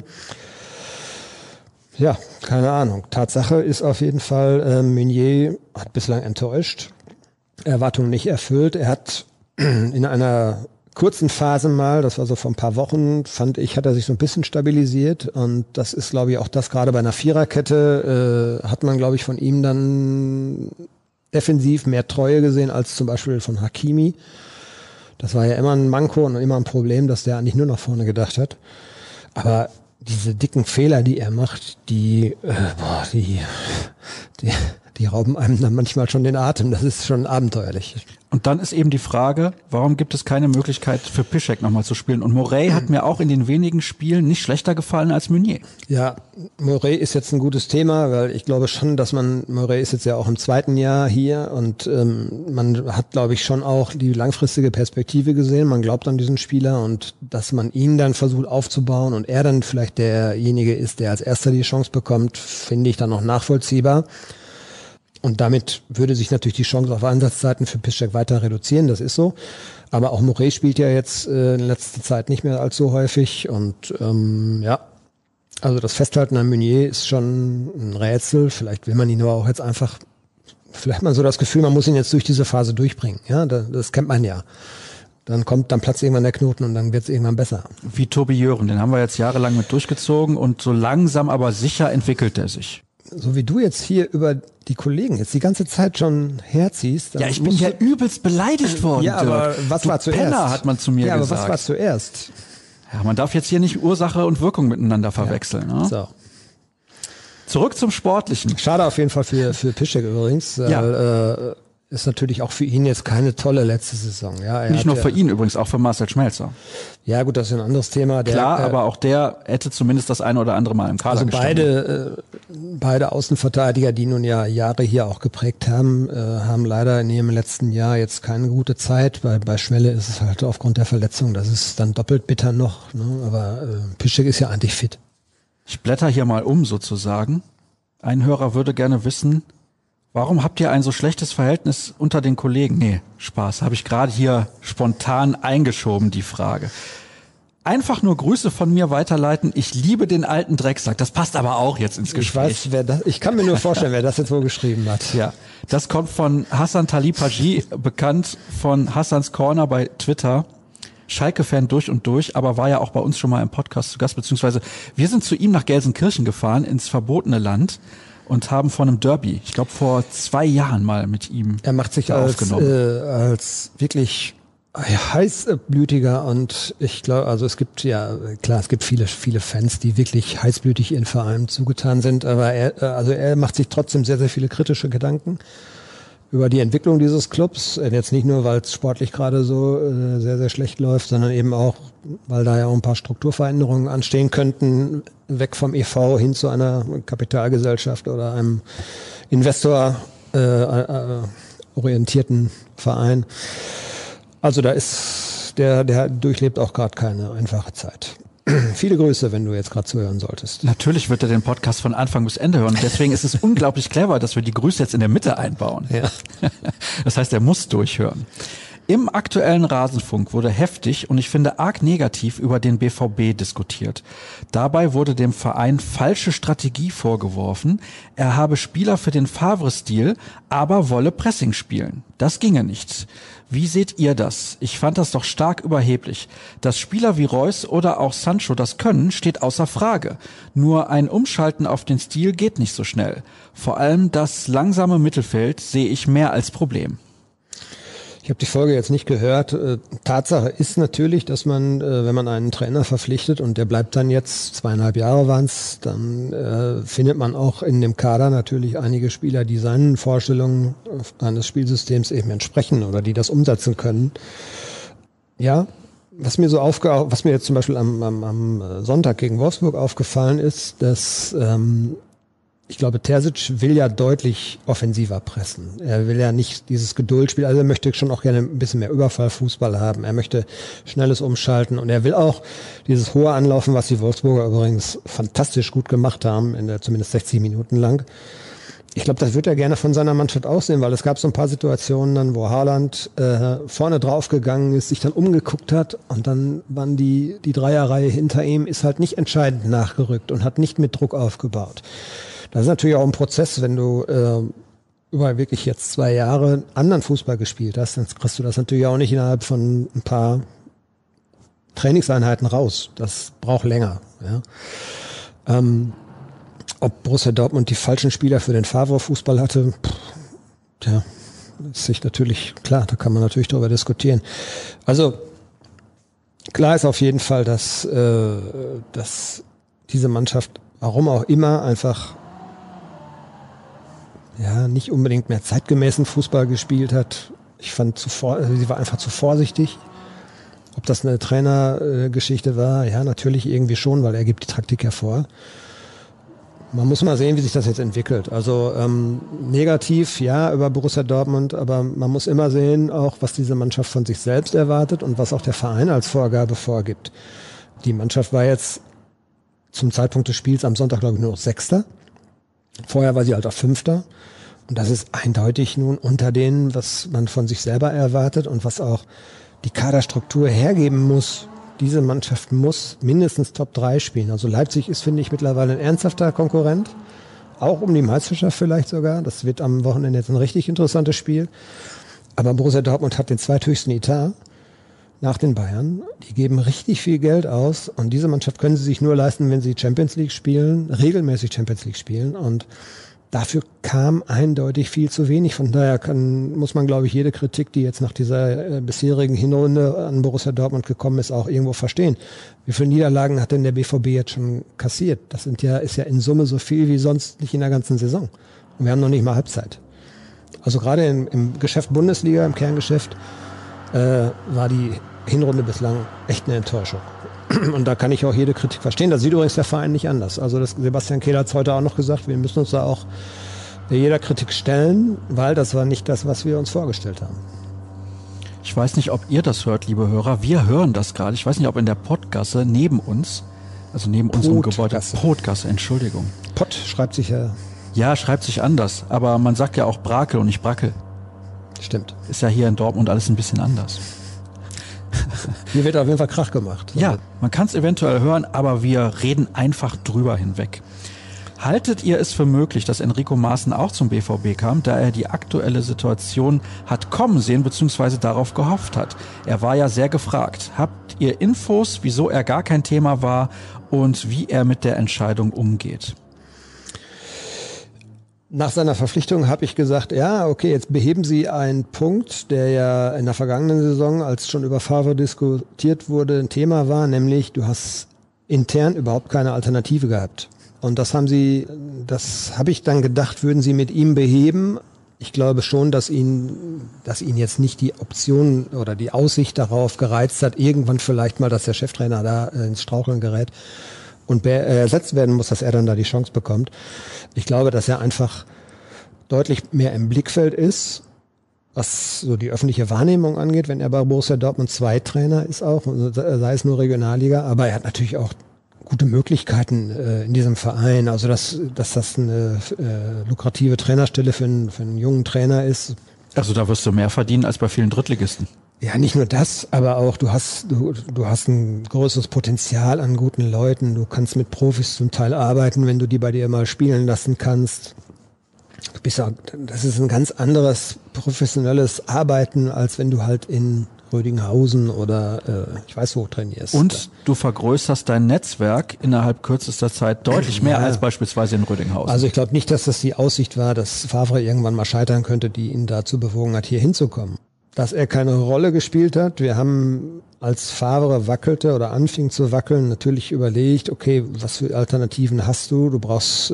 Ja, keine Ahnung. Tatsache ist auf jeden Fall, Meunier hat bislang enttäuscht. Erwartungen nicht erfüllt. Er hat in einer kurzen Phase mal, das war so vor ein paar Wochen, fand ich, hat er sich so ein bisschen stabilisiert und das ist, glaube ich, auch das gerade bei einer Viererkette hat man, glaube ich, von ihm dann defensiv mehr Treue gesehen als zum Beispiel von Hakimi. Das war ja immer ein Manko und immer ein Problem, dass der eigentlich nur nach vorne gedacht hat. Aber diese dicken Fehler, die er macht, die rauben einem dann manchmal schon den Atem. Das ist schon abenteuerlich. Und dann ist eben die Frage, warum gibt es keine Möglichkeit für Piszczek nochmal zu spielen? Und Morey hat mir auch in den wenigen Spielen nicht schlechter gefallen als Meunier. Ja, Morey ist jetzt ein gutes Thema, weil ich glaube schon, dass Morey ist jetzt ja auch im zweiten Jahr hier und man hat, glaube ich, schon auch die langfristige Perspektive gesehen. Man glaubt an diesen Spieler und dass man ihn dann versucht aufzubauen und er dann vielleicht derjenige ist, der als erster die Chance bekommt, finde ich dann noch nachvollziehbar. Und damit würde sich natürlich die Chance auf Einsatzzeiten für Piszczek weiter reduzieren, das ist so. Aber auch Morey spielt ja jetzt in letzter Zeit nicht mehr allzu häufig. Und ja, also das Festhalten an Meunier ist schon ein Rätsel. Vielleicht will man ihn aber auch jetzt einfach, vielleicht hat man so das Gefühl, man muss ihn jetzt durch diese Phase durchbringen. Ja, das kennt man ja. Dann platzt irgendwann der Knoten und dann wird es irgendwann besser. Wie Tobi Jören, den haben wir jetzt jahrelang mit durchgezogen und so langsam aber sicher entwickelt er sich. So wie du jetzt hier über die Kollegen jetzt die ganze Zeit schon herziehst. Ja, ich bin ja übelst beleidigt worden. Ja, aber was war zuerst? Penner, hat man zu mir gesagt. Ja, aber was war zuerst? Ja, man darf jetzt hier nicht Ursache und Wirkung miteinander verwechseln. Ja. Ne? So. Zurück zum Sportlichen. Schade auf jeden Fall für Piszczek übrigens. Weil, ist natürlich auch für ihn jetzt keine tolle letzte Saison. Ja, nicht nur für ihn übrigens, auch für Marcel Schmelzer. Ja gut, das ist ein anderes Thema. Klar, aber auch der hätte zumindest das eine oder andere Mal im Kader gestanden. Beide Außenverteidiger, die nun ja Jahre hier auch geprägt haben, haben leider in ihrem letzten Jahr jetzt keine gute Zeit. Bei Schmelle ist es halt aufgrund der Verletzung, das ist dann doppelt bitter noch. Ne? Aber Piszczek ist ja eigentlich fit. Ich blätter hier mal um sozusagen. Ein Hörer würde gerne wissen, warum habt ihr ein so schlechtes Verhältnis unter den Kollegen? Nee, Spaß. Habe ich gerade hier spontan eingeschoben, die Frage. Einfach nur Grüße von mir weiterleiten. Ich liebe den alten Drecksack. Das passt aber auch jetzt ins Gespräch. Ich kann mir nur vorstellen, wer das jetzt wohl geschrieben hat. Ja, das kommt von Hassan Talib-Haji, bekannt von Hassans Corner bei Twitter. Schalke-Fan durch und durch, aber war ja auch bei uns schon mal im Podcast zu Gast, beziehungsweise wir sind zu ihm nach Gelsenkirchen gefahren, ins verbotene Land. Und haben vor einem Derby, ich glaube vor 2 Jahren mal mit ihm Er macht sich als wirklich heißblütiger und ich glaube, also es gibt viele Fans, die wirklich heißblütig ihren Verein zugetan sind, aber er macht sich trotzdem sehr, sehr viele kritische Gedanken über die Entwicklung dieses Clubs. Jetzt nicht nur, weil es sportlich gerade so sehr, sehr schlecht läuft, sondern eben auch, weil da ja auch ein paar Strukturveränderungen anstehen könnten, weg vom e.V. hin zu einer Kapitalgesellschaft oder einem Investor orientierten Verein. Also da ist der durchlebt auch gerade keine einfache Zeit. Viele Grüße, wenn du jetzt gerade zuhören solltest. Natürlich wird er den Podcast von Anfang bis Ende hören. Deswegen ist es unglaublich clever, dass wir die Grüße jetzt in der Mitte einbauen. Ja. Das heißt, er muss durchhören. Im aktuellen Rasenfunk wurde heftig und ich finde arg negativ über den BVB diskutiert. Dabei wurde dem Verein falsche Strategie vorgeworfen. Er habe Spieler für den Favre-Stil, aber wolle Pressing spielen. Das ginge nicht. Wie seht ihr das? Ich fand das doch stark überheblich. Dass Spieler wie Reus oder auch Sancho das können, steht außer Frage. Nur ein Umschalten auf den Stil geht nicht so schnell. Vor allem das langsame Mittelfeld sehe ich mehr als Problem. Ich habe die Folge jetzt nicht gehört. Tatsache ist natürlich, dass man, wenn man einen Trainer verpflichtet und der bleibt dann jetzt, 2,5 Jahre waren es, dann findet man auch in dem Kader natürlich einige Spieler, die seinen Vorstellungen eines Spielsystems eben entsprechen oder die das umsetzen können. Ja, was mir jetzt zum Beispiel am Sonntag gegen Wolfsburg aufgefallen ist, dass ich glaube, Terzic will ja deutlich offensiver pressen. Er will ja nicht dieses Geduldspiel, also er möchte schon auch gerne ein bisschen mehr Überfallfußball haben. Er möchte schnelles Umschalten und er will auch dieses hohe Anlaufen, was die Wolfsburger übrigens fantastisch gut gemacht haben, zumindest 60 Minuten lang. Ich glaube, das wird er gerne von seiner Mannschaft aussehen, weil es gab so ein paar Situationen dann, wo Haaland vorne draufgegangen ist, sich dann umgeguckt hat und dann waren die Dreierreihe hinter ihm, ist halt nicht entscheidend nachgerückt und hat nicht mit Druck aufgebaut. Das ist natürlich auch ein Prozess, wenn du über wirklich jetzt 2 Jahre anderen Fußball gespielt hast, dann kriegst du das natürlich auch nicht innerhalb von ein paar Trainingseinheiten raus. Das braucht länger. Ja. Ob Borussia Dortmund die falschen Spieler für den Favre-Fußball hatte, das ist sich natürlich klar, da kann man natürlich darüber diskutieren. Also klar ist auf jeden Fall, dass diese Mannschaft, warum auch immer, einfach nicht unbedingt mehr zeitgemäßen Fußball gespielt hat. Ich fand sie war einfach zu vorsichtig. Ob das eine Trainergeschichte war, ja, natürlich irgendwie schon, weil er gibt die Taktik hervor. Man muss mal sehen, wie sich das jetzt entwickelt. Also negativ, ja, über Borussia Dortmund, aber man muss immer sehen, auch was diese Mannschaft von sich selbst erwartet und was auch der Verein als Vorgabe vorgibt. Die Mannschaft war jetzt zum Zeitpunkt des Spiels am Sonntag, glaube ich, nur noch 6. Vorher war sie halt auf 5. Und das ist eindeutig nun unter denen, was man von sich selber erwartet und was auch die Kaderstruktur hergeben muss. Diese Mannschaft muss mindestens Top 3 spielen. Also Leipzig ist, finde ich, mittlerweile ein ernsthafter Konkurrent. Auch um die Meisterschaft vielleicht sogar. Das wird am Wochenende jetzt ein richtig interessantes Spiel. Aber Borussia Dortmund hat den zweithöchsten Etat nach den Bayern. Die geben richtig viel Geld aus. Und diese Mannschaft können sie sich nur leisten, wenn sie Champions League spielen, regelmäßig Champions League spielen. Und dafür kam eindeutig viel zu wenig. Von daher muss man, glaube ich, jede Kritik, die jetzt nach dieser bisherigen Hinrunde an Borussia Dortmund gekommen ist, auch irgendwo verstehen. Wie viele Niederlagen hat denn der BVB jetzt schon kassiert? Das ist ja in Summe so viel wie sonst nicht in der ganzen Saison. Und wir haben noch nicht mal Halbzeit. Also gerade im Geschäft Bundesliga, im Kerngeschäft, war die Hinrunde bislang echt eine Enttäuschung. Und da kann ich auch jede Kritik verstehen. Das sieht übrigens der Verein nicht anders. Also Sebastian Kehl hat es heute auch noch gesagt, wir müssen uns da auch jeder Kritik stellen, weil das war nicht das, was wir uns vorgestellt haben. Ich weiß nicht, ob ihr das hört, liebe Hörer. Wir hören das gerade. Ich weiß nicht, ob in der Pottgasse neben uns, also neben unserem Gebäude, Pottgasse, Entschuldigung. Pott schreibt sich ja. Ja, schreibt sich anders. Aber man sagt ja auch Brakel und nicht Brackel. Stimmt. Ist ja hier in Dortmund alles ein bisschen anders. Hier wird auf jeden Fall Krach gemacht. Ja, man kann es eventuell hören, aber wir reden einfach drüber hinweg. Haltet ihr es für möglich, dass Enrico Maaßen auch zum BVB kam, da er die aktuelle Situation hat kommen sehen bzw. darauf gehofft hat? Er war ja sehr gefragt. Habt ihr Infos, wieso er gar kein Thema war und wie er mit der Entscheidung umgeht? Nach seiner Verpflichtung habe ich gesagt, ja, okay, jetzt beheben Sie einen Punkt, der ja in der vergangenen Saison, als schon über Favre diskutiert wurde, ein Thema war, nämlich du hast intern überhaupt keine Alternative gehabt. Und das habe ich dann gedacht, würden Sie mit ihm beheben. Ich glaube schon, dass ihn jetzt nicht die Option oder die Aussicht darauf gereizt hat, irgendwann vielleicht mal, dass der Cheftrainer da ins Straucheln gerät und ersetzt werden muss, dass er dann da die Chance bekommt. Ich glaube, dass er einfach deutlich mehr im Blickfeld ist, was so die öffentliche Wahrnehmung angeht, wenn er bei Borussia Dortmund Zweittrainer ist auch, sei es nur Regionalliga, aber er hat natürlich auch gute Möglichkeiten in diesem Verein. Also dass das eine lukrative Trainerstelle für einen jungen Trainer ist. Also da wirst du mehr verdienen als bei vielen Drittligisten. Ja, nicht nur das, aber auch du hast ein größeres Potenzial an guten Leuten. Du kannst mit Profis zum Teil arbeiten, wenn du die bei dir mal spielen lassen kannst. Das ist ein ganz anderes professionelles Arbeiten, als wenn du halt in Rödinghausen oder ich weiß wo trainierst. Und du vergrößerst dein Netzwerk innerhalb kürzester Zeit deutlich mehr als beispielsweise in Rödinghausen. Also ich glaube nicht, dass das die Aussicht war, dass Favre irgendwann mal scheitern könnte, die ihn dazu bewogen hat, hier hinzukommen. Dass er keine Rolle gespielt hat. Wir haben, als Favre wackelte oder anfing zu wackeln, natürlich überlegt, okay, was für Alternativen hast du? Du brauchst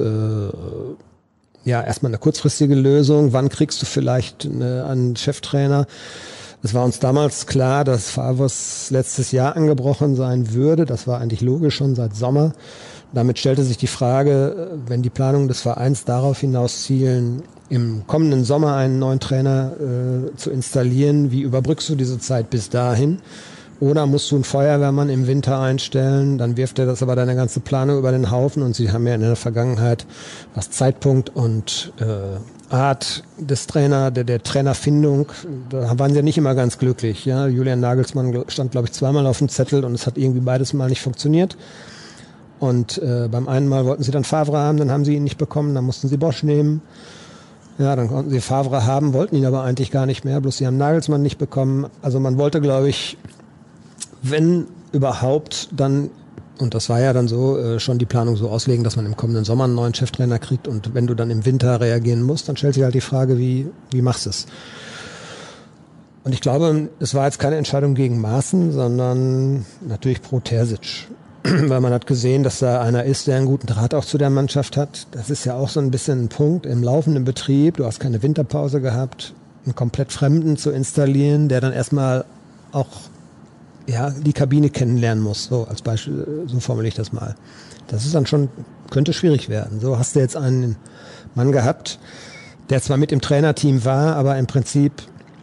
erstmal eine kurzfristige Lösung. Wann kriegst du vielleicht einen Cheftrainer? Es war uns damals klar, dass Favres letztes Jahr angebrochen sein würde. Das war eigentlich logisch schon seit Sommer. Damit stellte sich die Frage, wenn die Planungen des Vereins darauf hinaus zielen, im kommenden Sommer einen neuen Trainer zu installieren, wie überbrückst du diese Zeit bis dahin? Oder musst du einen Feuerwehrmann im Winter einstellen, dann wirft er das aber deine ganze Planung über den Haufen und sie haben ja in der Vergangenheit, was Zeitpunkt und Art des der Trainerfindung, da waren sie ja nicht immer ganz glücklich. Ja? Julian Nagelsmann stand, glaube ich, zweimal auf dem Zettel und es hat irgendwie beides Mal nicht funktioniert. Und beim einen Mal wollten sie dann Favre haben, dann haben sie ihn nicht bekommen, dann mussten sie Bosch nehmen. Ja, dann konnten sie Favre haben, wollten ihn aber eigentlich gar nicht mehr, bloß sie haben Nagelsmann nicht bekommen. Also man wollte, glaube ich, wenn überhaupt, dann, und das war ja dann so, schon die Planung so auslegen, dass man im kommenden Sommer einen neuen Cheftrainer kriegt und wenn du dann im Winter reagieren musst, dann stellt sich halt die Frage, wie machst du es? Und ich glaube, es war jetzt keine Entscheidung gegen Maaßen, sondern natürlich pro Terzic. Weil man hat gesehen, dass da einer ist, der einen guten Draht auch zu der Mannschaft hat. Das ist ja auch so ein bisschen ein Punkt im laufenden Betrieb. Du hast keine Winterpause gehabt, einen komplett Fremden zu installieren, der dann erstmal auch die Kabine kennenlernen muss. So als Beispiel, so formuliere ich das mal. Das ist dann schon, könnte schwierig werden. So hast du jetzt einen Mann gehabt, der zwar mit im Trainerteam war, aber im Prinzip,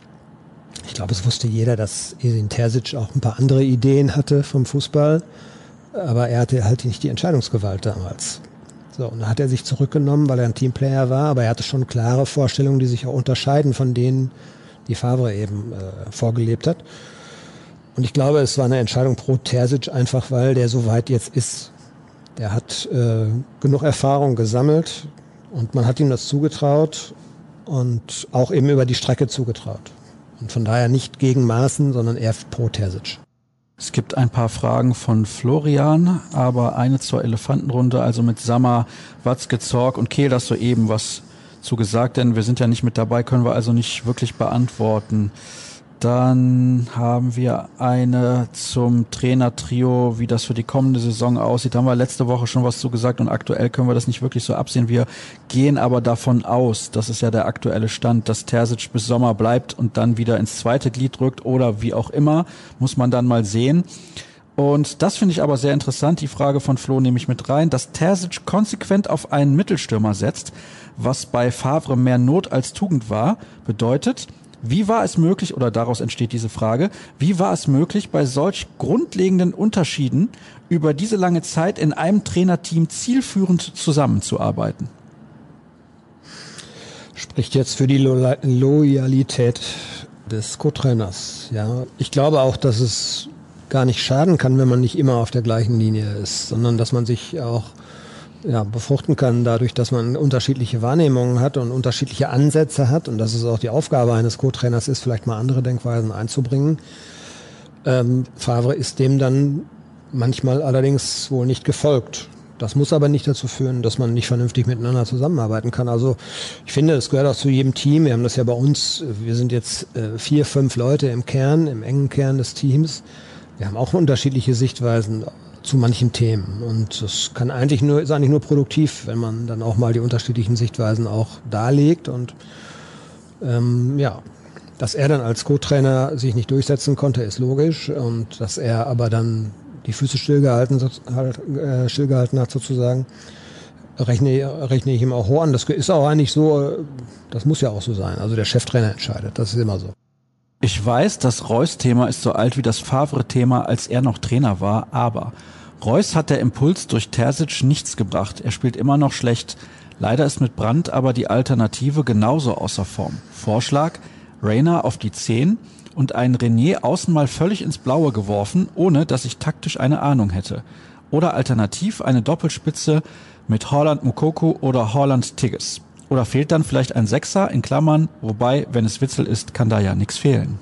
ich glaube, es wusste jeder, dass Edin Terzic auch ein paar andere Ideen hatte vom Fußball. Aber er hatte halt nicht die Entscheidungsgewalt damals. So, und da hat er sich zurückgenommen, weil er ein Teamplayer war, aber er hatte schon klare Vorstellungen, die sich auch unterscheiden von denen, die Favre eben vorgelebt hat. Und ich glaube, es war eine Entscheidung pro Terzic, einfach weil der so weit jetzt ist. Der hat genug Erfahrung gesammelt und man hat ihm das zugetraut und auch eben über die Strecke zugetraut. Und von daher nicht gegen Maaßen, sondern eher pro Terzic. Es gibt ein paar Fragen von Florian, aber eine zur Elefantenrunde, also mit Sammer, Watzke, Zorc und Kehl, das soeben was zugesagt, denn wir sind ja nicht mit dabei, können wir also nicht wirklich beantworten. Dann haben wir eine zum Trainertrio, wie das für die kommende Saison aussieht. Da haben wir letzte Woche schon was zugesagt und aktuell können wir das nicht wirklich so absehen. Wir gehen aber davon aus, das ist ja der aktuelle Stand, dass Terzic bis Sommer bleibt und dann wieder ins zweite Glied rückt oder wie auch immer, muss man dann mal sehen. Und das finde ich aber sehr interessant, die Frage von Flo nehme ich mit rein, dass Terzic konsequent auf einen Mittelstürmer setzt, was bei Favre mehr Not als Tugend war, bedeutet, wie war es möglich, oder daraus entsteht diese Frage, wie war es möglich, bei solch grundlegenden Unterschieden über diese lange Zeit in einem Trainerteam zielführend zusammenzuarbeiten? Spricht jetzt für die Loyalität des Co-Trainers. Ja, ich glaube auch, dass es gar nicht schaden kann, wenn man nicht immer auf der gleichen Linie ist, sondern dass man sich auch befruchten kann dadurch, dass man unterschiedliche Wahrnehmungen hat und unterschiedliche Ansätze hat und dass es auch die Aufgabe eines Co-Trainers ist, vielleicht mal andere Denkweisen einzubringen. Favre ist dem dann manchmal allerdings wohl nicht gefolgt. Das muss aber nicht dazu führen, dass man nicht vernünftig miteinander zusammenarbeiten kann. Also ich finde, es gehört auch zu jedem Team. Wir haben das ja bei uns, wir sind jetzt 4, 5 Leute im Kern, im engen Kern des Teams. Wir haben auch unterschiedliche Sichtweisen zu manchen Themen. Und das ist eigentlich nur produktiv, wenn man dann auch mal die unterschiedlichen Sichtweisen auch darlegt. Und dass er dann als Co-Trainer sich nicht durchsetzen konnte, ist logisch. Und dass er aber dann die Füße stillgehalten hat sozusagen, rechne ich ihm auch hoch an. Das ist auch eigentlich so, das muss ja auch so sein. Also der Cheftrainer entscheidet, das ist immer so. Ich weiß, das Reus-Thema ist so alt wie das Favre-Thema, als er noch Trainer war, aber Reus hat der Impuls durch Terzic nichts gebracht. Er spielt immer noch schlecht. Leider ist mit Brandt aber die Alternative genauso außer Form. Vorschlag, Reina auf die 10 und einen René außen mal völlig ins Blaue geworfen, ohne dass ich taktisch eine Ahnung hätte. Oder alternativ eine Doppelspitze mit Haaland Moukoko oder Haaland Tigges. Oder fehlt dann vielleicht ein Sechser in Klammern, wobei, wenn es Witzel ist, kann da ja nichts fehlen.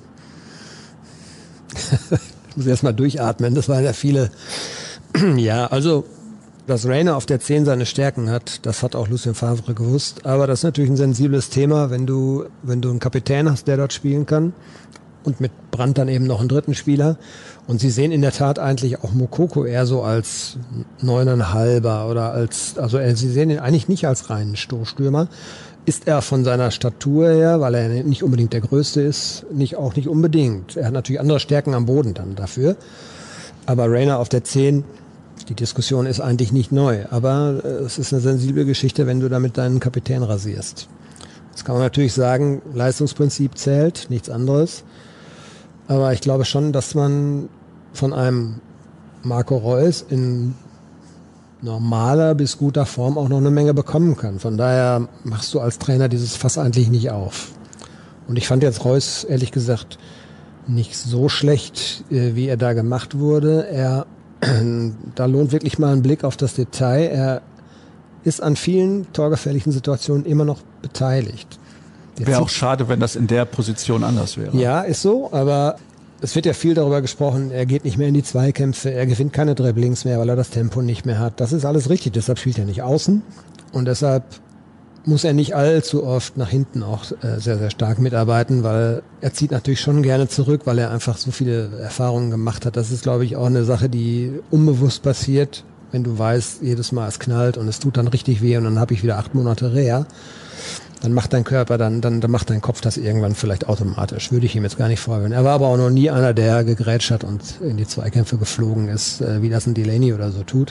Ich muss erst mal durchatmen, das waren ja viele. Ja, also, dass Reina auf der 10 seine Stärken hat, das hat auch Lucien Favre gewusst. Aber das ist natürlich ein sensibles Thema, wenn du einen Kapitän hast, der dort spielen kann. Und mit Brandt dann eben noch einen dritten Spieler. Und sie sehen in der Tat eigentlich auch Moukoko eher so als 9,5er oder sie sehen ihn eigentlich nicht als reinen Stoßstürmer. Ist er von seiner Statur her, weil er nicht unbedingt der Größte ist, auch nicht unbedingt. Er hat natürlich andere Stärken am Boden dann dafür. Aber Reina auf der 10, die Diskussion ist eigentlich nicht neu. Aber es ist eine sensible Geschichte, wenn du damit deinen Kapitän rasierst. Jetzt kann man natürlich sagen, Leistungsprinzip zählt, nichts anderes. Aber ich glaube schon, dass man von einem Marco Reus in normaler bis guter Form auch noch eine Menge bekommen kann. Von daher machst du als Trainer dieses Fass eigentlich nicht auf. Und ich fand jetzt Reus, ehrlich gesagt, nicht so schlecht, wie er da gemacht wurde. Da lohnt wirklich mal ein Blick auf das Detail. Er ist an vielen torgefährlichen Situationen immer noch beteiligt. Wäre auch schade, wenn das in der Position anders wäre. Ja, ist so, aber es wird ja viel darüber gesprochen, er geht nicht mehr in die Zweikämpfe, er gewinnt keine Dribblings mehr, weil er das Tempo nicht mehr hat. Das ist alles richtig, deshalb spielt er nicht außen und deshalb muss er nicht allzu oft nach hinten auch sehr, sehr stark mitarbeiten, weil er zieht natürlich schon gerne zurück, weil er einfach so viele Erfahrungen gemacht hat. Das ist, glaube ich, auch eine Sache, die unbewusst passiert, wenn du weißt, jedes Mal es knallt und es tut dann richtig weh und dann habe ich wieder 8 Monate Reha. Dann macht dein Körper, dann macht dein Kopf das irgendwann vielleicht automatisch. Würde ich ihm jetzt gar nicht vorwürfen. Er war aber auch noch nie einer, der gegrätscht hat und in die Zweikämpfe geflogen ist, wie das ein Delaney oder so tut.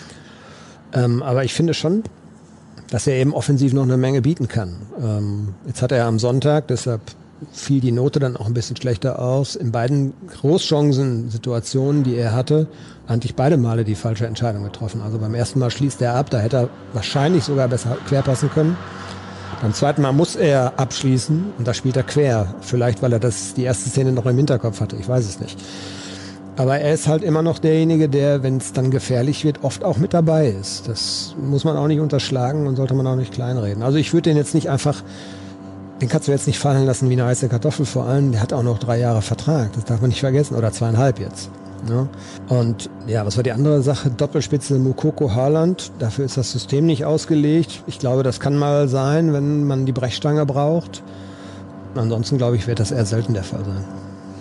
Aber ich finde schon, dass er eben offensiv noch eine Menge bieten kann. Jetzt hat er am Sonntag, deshalb fiel die Note dann auch ein bisschen schlechter aus. In beiden Großchancen-Situationen, die er hatte, eigentlich beide Male die falsche Entscheidung getroffen. Also beim ersten Mal schließt er ab, da hätte er wahrscheinlich sogar besser querpassen können. Beim zweiten Mal muss er abschließen und da spielt er quer. Vielleicht, weil er die erste Szene noch im Hinterkopf hatte, ich weiß es nicht. Aber er ist halt immer noch derjenige, der, wenn es dann gefährlich wird, oft auch mit dabei ist. Das muss man auch nicht unterschlagen und sollte man auch nicht kleinreden. Also ich würde den jetzt nicht einfach, den kannst du jetzt nicht fallen lassen wie eine heiße Kartoffel, vor allem, der hat auch noch 3 Jahre Vertrag, das darf man nicht vergessen, oder 2,5 jetzt. Ja. Und ja, was war die andere Sache? Doppelspitze Moukoko Haaland, dafür ist das System nicht ausgelegt. Ich glaube, das kann mal sein, wenn man die Brechstange braucht. Ansonsten, glaube ich, wird das eher selten der Fall sein.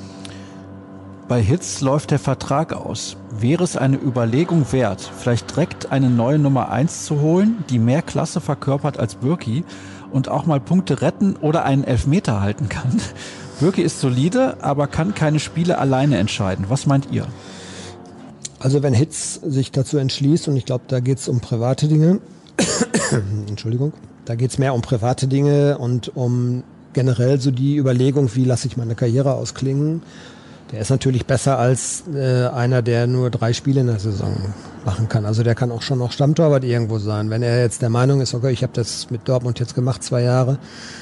Bei Hitz läuft der Vertrag aus. Wäre es eine Überlegung wert, vielleicht direkt eine neue Nummer 1 zu holen, die mehr Klasse verkörpert als Bürki und auch mal Punkte retten oder einen Elfmeter halten kann? Bürki ist solide, aber kann keine Spiele alleine entscheiden. Was meint ihr? Also wenn Hitz sich dazu entschließt, und ich glaube, da geht es um private Dinge, Entschuldigung, da geht es mehr um private Dinge und um generell so die Überlegung, wie lasse ich meine Karriere ausklingen. Der ist natürlich besser als einer, der nur 3 Spiele in der Saison machen kann. Also der kann auch schon noch Stammtorwart irgendwo sein. Wenn er jetzt der Meinung ist, okay, ich habe das mit Dortmund jetzt gemacht, 2 Jahre,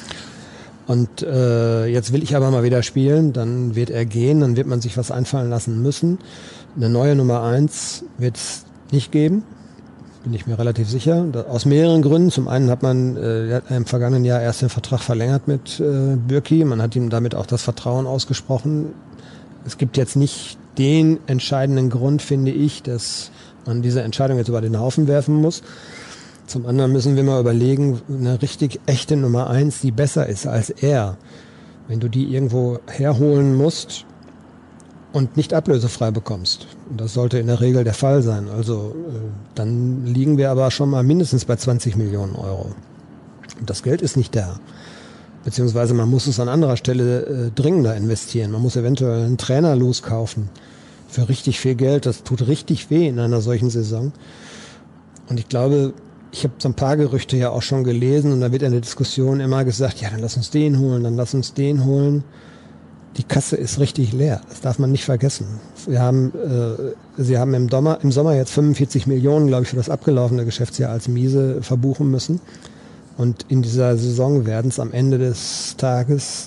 und jetzt will ich aber mal wieder spielen, dann wird er gehen, dann wird man sich was einfallen lassen müssen. Eine neue Nummer 1 wird es nicht geben, bin ich mir relativ sicher. Aus mehreren Gründen. Zum einen hat man im vergangenen Jahr erst den Vertrag verlängert mit Bürki. Man hat ihm damit auch das Vertrauen ausgesprochen. Es gibt jetzt nicht den entscheidenden Grund, finde ich, dass man diese Entscheidung jetzt über den Haufen werfen muss. Zum anderen müssen wir mal überlegen, eine richtig echte Nummer 1, die besser ist als er, wenn du die irgendwo herholen musst und nicht ablösefrei bekommst. Und das sollte in der Regel der Fall sein. Also dann liegen wir aber schon mal mindestens bei 20 Millionen Euro. Und das Geld ist nicht da. Beziehungsweise man muss es an anderer Stelle dringender investieren. Man muss eventuell einen Trainer loskaufen für richtig viel Geld. Das tut richtig weh in einer solchen Saison. Und ich glaube, ich habe so ein paar Gerüchte ja auch schon gelesen und da wird in der Diskussion immer gesagt, ja, dann lass uns den holen, dann lass uns den holen. Die Kasse ist richtig leer, das darf man nicht vergessen. Sie haben im Sommer jetzt 45 Millionen, glaube ich, für das abgelaufene Geschäftsjahr als Miese verbuchen müssen. Und in dieser Saison werden es am Ende des Tages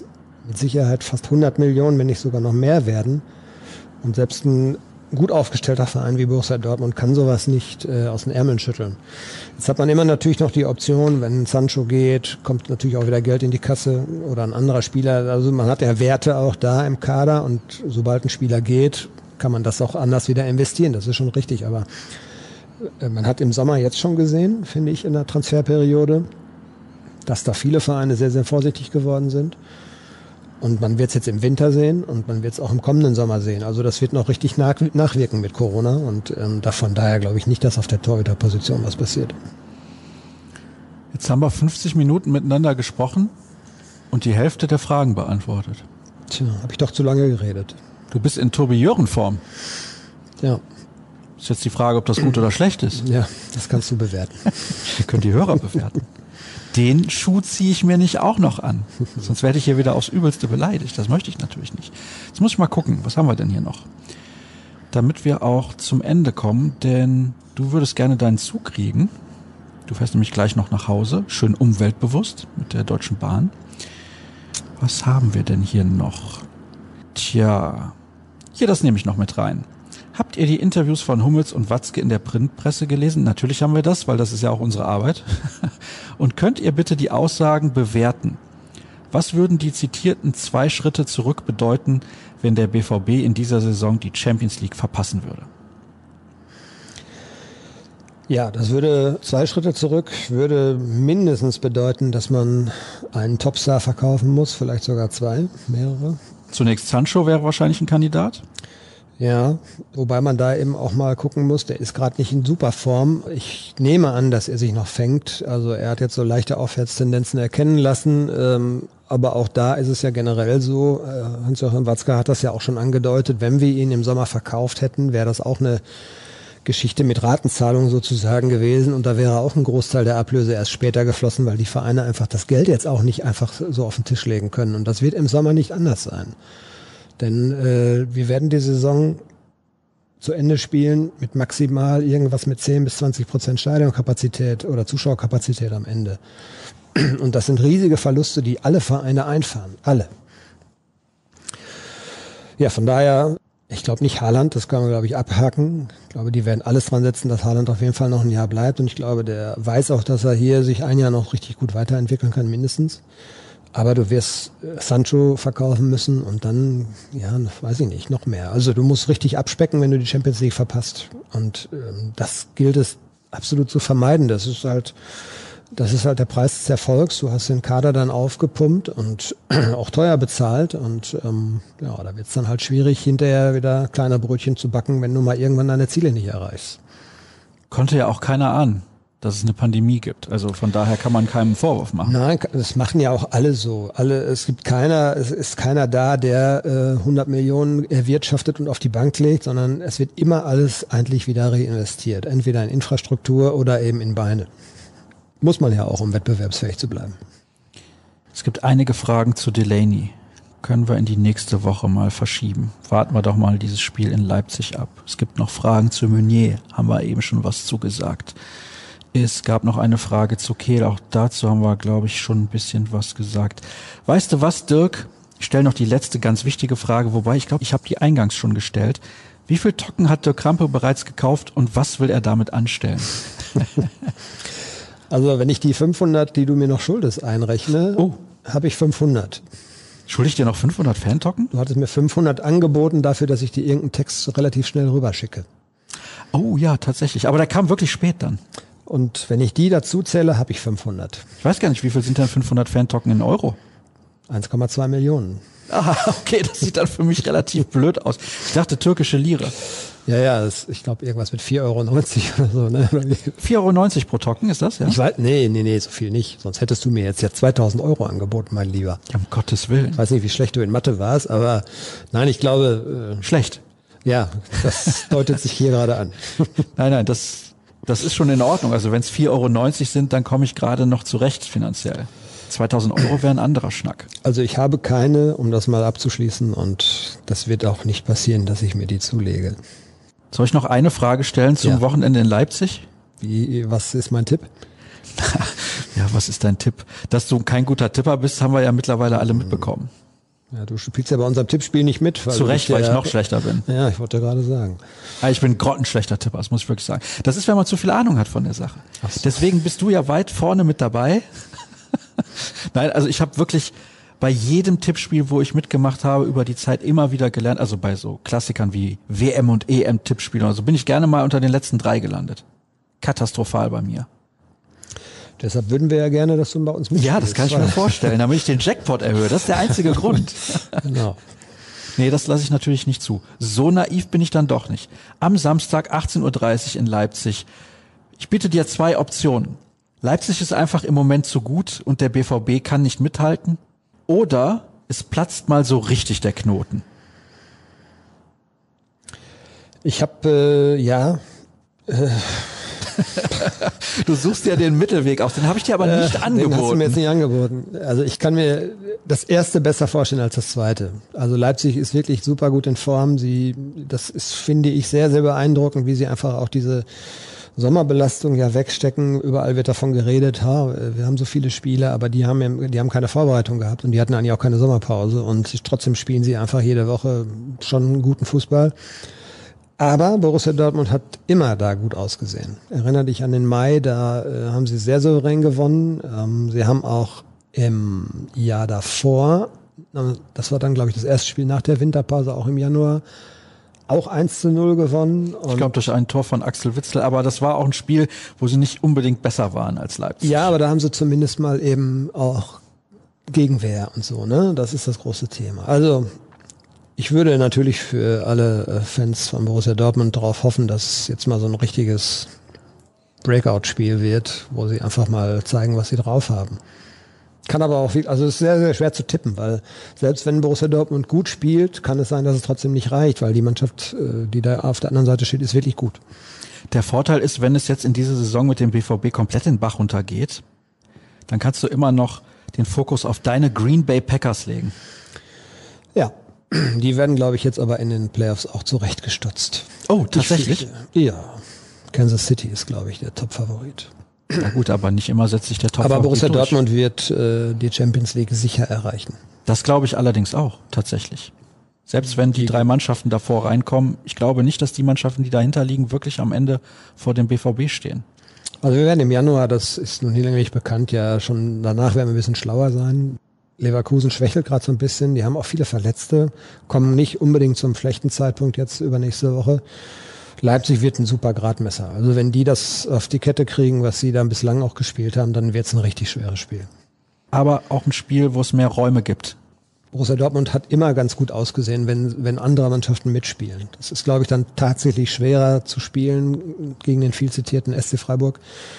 mit Sicherheit fast 100 Millionen, wenn nicht sogar noch mehr werden. Und selbst ein gut aufgestellter Verein wie Borussia Dortmund kann sowas nicht aus den Ärmeln schütteln. Jetzt hat man immer natürlich noch die Option, wenn Sancho geht, kommt natürlich auch wieder Geld in die Kasse oder ein anderer Spieler. Also man hat ja Werte auch da im Kader und sobald ein Spieler geht, kann man das auch anders wieder investieren. Das ist schon richtig, aber man hat im Sommer jetzt schon gesehen, finde ich, in der Transferperiode, dass da viele Vereine sehr, sehr vorsichtig geworden sind. Und man wird es jetzt im Winter sehen und man wird es auch im kommenden Sommer sehen. Also das wird noch richtig nachwirken mit Corona und von daher glaube ich nicht, dass auf der Torhüterposition was passiert. Jetzt haben wir 50 Minuten miteinander gesprochen und die Hälfte der Fragen beantwortet. Tja, habe ich doch zu lange geredet. Du bist in Tobi Jören-Form. Ja. Ist jetzt die Frage, ob das gut oder schlecht ist. Ja, das kannst du bewerten. Ihr könnt die Hörer bewerten. Den Schuh ziehe ich mir nicht auch noch an. Sonst werde ich hier wieder aufs Übelste beleidigt. Das möchte ich natürlich nicht. Jetzt muss ich mal gucken, was haben wir denn hier noch? Damit wir auch zum Ende kommen, denn du würdest gerne deinen Zug kriegen. Du fährst nämlich gleich noch nach Hause, schön umweltbewusst mit der Deutschen Bahn. Was haben wir denn hier noch? Tja, hier, das nehme ich noch mit rein. Habt ihr die Interviews von Hummels und Watzke in der Printpresse gelesen? Natürlich haben wir das, weil das ist ja auch unsere Arbeit. Und könnt ihr bitte die Aussagen bewerten? Was würden die zitierten 2 Schritte zurück bedeuten, wenn der BVB in dieser Saison die Champions League verpassen würde? Ja, das würde 2 Schritte zurück, würde mindestens bedeuten, dass man einen Topstar verkaufen muss, vielleicht sogar 2, mehrere. Zunächst Sancho wäre wahrscheinlich ein Kandidat. Ja, wobei man da eben auch mal gucken muss, der ist gerade nicht in super Form. Ich nehme an, dass er sich noch fängt. Also er hat jetzt so leichte Aufwärtstendenzen erkennen lassen. Aber auch da ist es ja generell so, Hans-Joachim Watzke hat das ja auch schon angedeutet, wenn wir ihn im Sommer verkauft hätten, wäre das auch eine Geschichte mit Ratenzahlung sozusagen gewesen. Und da wäre auch ein Großteil der Ablöse erst später geflossen, weil die Vereine einfach das Geld jetzt auch nicht einfach so auf den Tisch legen können. Und das wird im Sommer nicht anders sein. Denn wir werden die Saison zu Ende spielen mit maximal irgendwas mit 10-20% Stadionkapazität oder Zuschauerkapazität am Ende. Und das sind riesige Verluste, die alle Vereine einfahren. Alle. Ja, von daher, ich glaube nicht Haaland, das kann man, glaube ich, abhaken. Ich glaube, die werden alles dran setzen, dass Haaland auf jeden Fall noch ein Jahr bleibt. Und ich glaube, der weiß auch, dass er hier sich ein Jahr noch richtig gut weiterentwickeln kann, mindestens. Aber du wirst Sancho verkaufen müssen und dann, ja, weiß ich nicht, noch mehr. Also du musst richtig abspecken, wenn du die Champions League verpasst. Und das gilt es absolut zu vermeiden. Das ist halt der Preis des Erfolgs. Du hast den Kader dann aufgepumpt und auch teuer bezahlt. Und ja, da wird es dann halt schwierig, hinterher wieder kleine Brötchen zu backen, wenn du mal irgendwann deine Ziele nicht erreichst. Konnte ja auch keiner ahnen, dass es eine Pandemie gibt. Also von daher kann man keinem Vorwurf machen. Nein, das machen ja auch alle so. Es ist keiner da, der 100 Millionen erwirtschaftet und auf die Bank legt, sondern es wird immer alles eigentlich wieder reinvestiert. Entweder in Infrastruktur oder eben in Beine. Muss man ja auch, um wettbewerbsfähig zu bleiben. Es gibt einige Fragen zu Delaney. Können wir in die nächste Woche mal verschieben. Warten wir doch mal dieses Spiel in Leipzig ab. Es gibt noch Fragen zu Meunier, haben wir eben schon was zugesagt. Es gab noch eine Frage zu Kehl, auch dazu haben wir, glaube ich, schon ein bisschen was gesagt. Weißt du was, Dirk? Ich stelle noch die letzte ganz wichtige Frage, wobei ich glaube, ich habe die eingangs schon gestellt. Wie viel Tocken hat Dirk Krampe bereits gekauft und was will er damit anstellen? Also wenn ich die 500, die du mir noch schuldest, einrechne, habe ich 500. Schulde ich dir noch 500 Fan-Tocken? Du hattest mir 500 angeboten dafür, dass ich dir irgendeinen Text relativ schnell rüberschicke. Oh ja, tatsächlich. Aber der kam wirklich spät dann. Und wenn ich die dazu zähle, habe ich 500. Ich weiß gar nicht, wie viel sind denn 500 Fan-Token in Euro? 1,2 Millionen. Ah, okay, das sieht dann für mich relativ blöd aus. Ich dachte türkische Lira. Ja, ich glaube irgendwas mit 4,90 € oder so. Ne? 4,90 € pro Token, ist das, ja? Ich weiß, nee, so viel nicht. Sonst hättest du mir jetzt ja 2.000 € angeboten, mein Lieber. Ja, um Gottes Willen. Ich weiß nicht, wie schlecht du in Mathe warst, aber nein, ich glaube... schlecht. Ja, das deutet sich hier gerade an. Nein, das ist schon in Ordnung. Also wenn es 4,90 € sind, dann komme ich gerade noch zurecht finanziell. 2.000 € wäre ein anderer Schnack. Also ich habe keine, um das mal abzuschließen, und das wird auch nicht passieren, dass ich mir die zulege. Soll ich noch eine Frage stellen zum Wochenende in Leipzig? Was ist mein Tipp? Ja, was ist dein Tipp? Dass du kein guter Tipper bist, haben wir ja mittlerweile alle mitbekommen. Ja, du spielst ja bei unserem Tippspiel nicht mit. Zu Recht, weil ich noch schlechter bin. Ja, ich wollte gerade sagen. Ja, ich bin grottenschlechter Tipper, das muss ich wirklich sagen. Das ist, wenn man zu viel Ahnung hat von der Sache. So. Deswegen bist du ja weit vorne mit dabei. Nein, also ich habe wirklich bei jedem Tippspiel, wo ich mitgemacht habe, über die Zeit immer wieder gelernt. Also bei so Klassikern wie WM- und EM-Tippspielen. Also bin ich gerne mal unter den letzten 3 gelandet. Katastrophal bei mir. Deshalb würden wir ja gerne, dass du bei uns mitspielst. Ja, das kann ich mir vorstellen, damit ich den Jackpot erhöhe. Das ist der einzige Grund. Genau. Nee, das lasse ich natürlich nicht zu. So naiv bin ich dann doch nicht. Am Samstag 18:30 Uhr in Leipzig. Ich biete dir 2 Optionen. Leipzig ist einfach im Moment zu gut und der BVB kann nicht mithalten. Oder es platzt mal so richtig der Knoten. Ich habe, Du suchst ja den Mittelweg aus, den habe ich dir aber nicht angeboten. Den hast du mir jetzt nicht angeboten. Also ich kann mir das erste besser vorstellen als das zweite. Also Leipzig ist wirklich super gut in Form. Das ist, finde ich, sehr, sehr beeindruckend, wie sie einfach auch diese Sommerbelastung ja wegstecken. Überall wird davon geredet, wir haben so viele Spiele, aber die haben keine Vorbereitung gehabt und die hatten eigentlich auch keine Sommerpause und trotzdem spielen sie einfach jede Woche schon einen guten Fußball. Aber Borussia Dortmund hat immer da gut ausgesehen. Erinnere dich an den Mai, da haben sie sehr souverän gewonnen. Sie haben auch im Jahr davor, das war dann glaube ich das erste Spiel nach der Winterpause, auch im Januar, auch 1:0 gewonnen. Ich glaube durch ein Tor von Axel Witsel, aber das war auch ein Spiel, wo sie nicht unbedingt besser waren als Leipzig. Ja, aber da haben sie zumindest mal eben auch Gegenwehr und so, ne? Das ist das große Thema. Also ich würde natürlich für alle Fans von Borussia Dortmund darauf hoffen, dass es jetzt mal so ein richtiges Breakout-Spiel wird, wo sie einfach mal zeigen, was sie drauf haben. Kann aber auch, also es ist sehr, sehr schwer zu tippen, weil selbst wenn Borussia Dortmund gut spielt, kann es sein, dass es trotzdem nicht reicht, weil die Mannschaft, die da auf der anderen Seite steht, ist wirklich gut. Der Vorteil ist, wenn es jetzt in dieser Saison mit dem BVB komplett den Bach runtergeht, dann kannst du immer noch den Fokus auf deine Green Bay Packers legen. Ja. Die werden, glaube ich, jetzt aber in den Playoffs auch zurechtgestutzt. Oh, tatsächlich? Ja. Kansas City ist, glaube ich, der Top-Favorit. Na gut, aber nicht immer setzt sich der Top-Favorit Aber Borussia durch. Dortmund wird die Champions League sicher erreichen. Das glaube ich allerdings auch, tatsächlich. Selbst wenn die 3 Mannschaften davor reinkommen, ich glaube nicht, dass die Mannschaften, die dahinter liegen, wirklich am Ende vor dem BVB stehen. Also wir werden im Januar, das ist noch nie länger nicht bekannt, ja schon danach werden wir ein bisschen schlauer sein. Leverkusen schwächelt gerade so ein bisschen, die haben auch viele Verletzte, kommen nicht unbedingt zum schlechten Zeitpunkt jetzt übernächste Woche. Leipzig wird ein super Gradmesser. Also wenn die das auf die Kette kriegen, was sie da bislang auch gespielt haben, dann wird es ein richtig schweres Spiel. Aber auch ein Spiel, wo es mehr Räume gibt. Borussia Dortmund hat immer ganz gut ausgesehen, wenn andere Mannschaften mitspielen. Das ist, glaube ich, dann tatsächlich schwerer zu spielen gegen den viel zitierten SC Freiburg,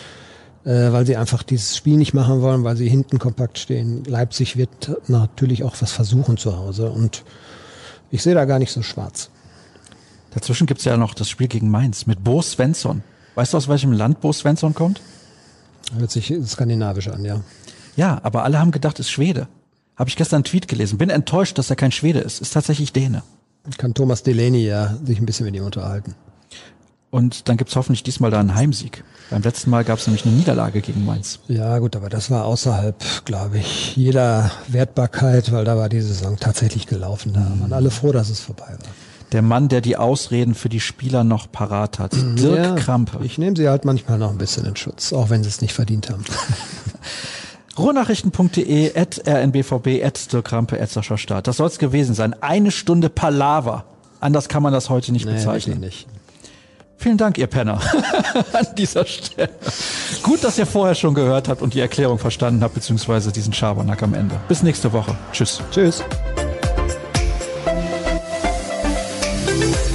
weil sie einfach dieses Spiel nicht machen wollen, weil sie hinten kompakt stehen. Leipzig wird natürlich auch was versuchen zu Hause und ich sehe da gar nicht so schwarz. Dazwischen gibt's ja noch das Spiel gegen Mainz mit Bo Svensson. Weißt du, aus welchem Land Bo Svensson kommt? Hört sich skandinavisch an, ja. Ja, aber alle haben gedacht, ist Schwede. Habe ich gestern einen Tweet gelesen. Bin enttäuscht, dass er kein Schwede ist. Ist tatsächlich Däne. Kann Thomas Delaney ja sich ein bisschen mit ihm unterhalten. Und dann gibt's hoffentlich diesmal da einen Heimsieg. Beim letzten Mal gab's nämlich eine Niederlage gegen Mainz. Ja gut, aber das war außerhalb, glaube ich, jeder Wertbarkeit, weil da war die Saison tatsächlich gelaufen. Da waren alle froh, dass es vorbei war. Der Mann, der die Ausreden für die Spieler noch parat hat. Dirk Krampe. Ich nehme sie halt manchmal noch ein bisschen in Schutz, auch wenn sie es nicht verdient haben. Ruhrnachrichten.de @rnbvb @Dirk Krampe @Sascha Staat. Das soll's gewesen sein. 1 Stunde Palaver. Anders kann man das heute nicht bezeichnen. Nicht. Vielen Dank, ihr Penner, an dieser Stelle. Gut, dass ihr vorher schon gehört habt und die Erklärung verstanden habt, beziehungsweise diesen Schabernack am Ende. Bis nächste Woche. Tschüss. Tschüss.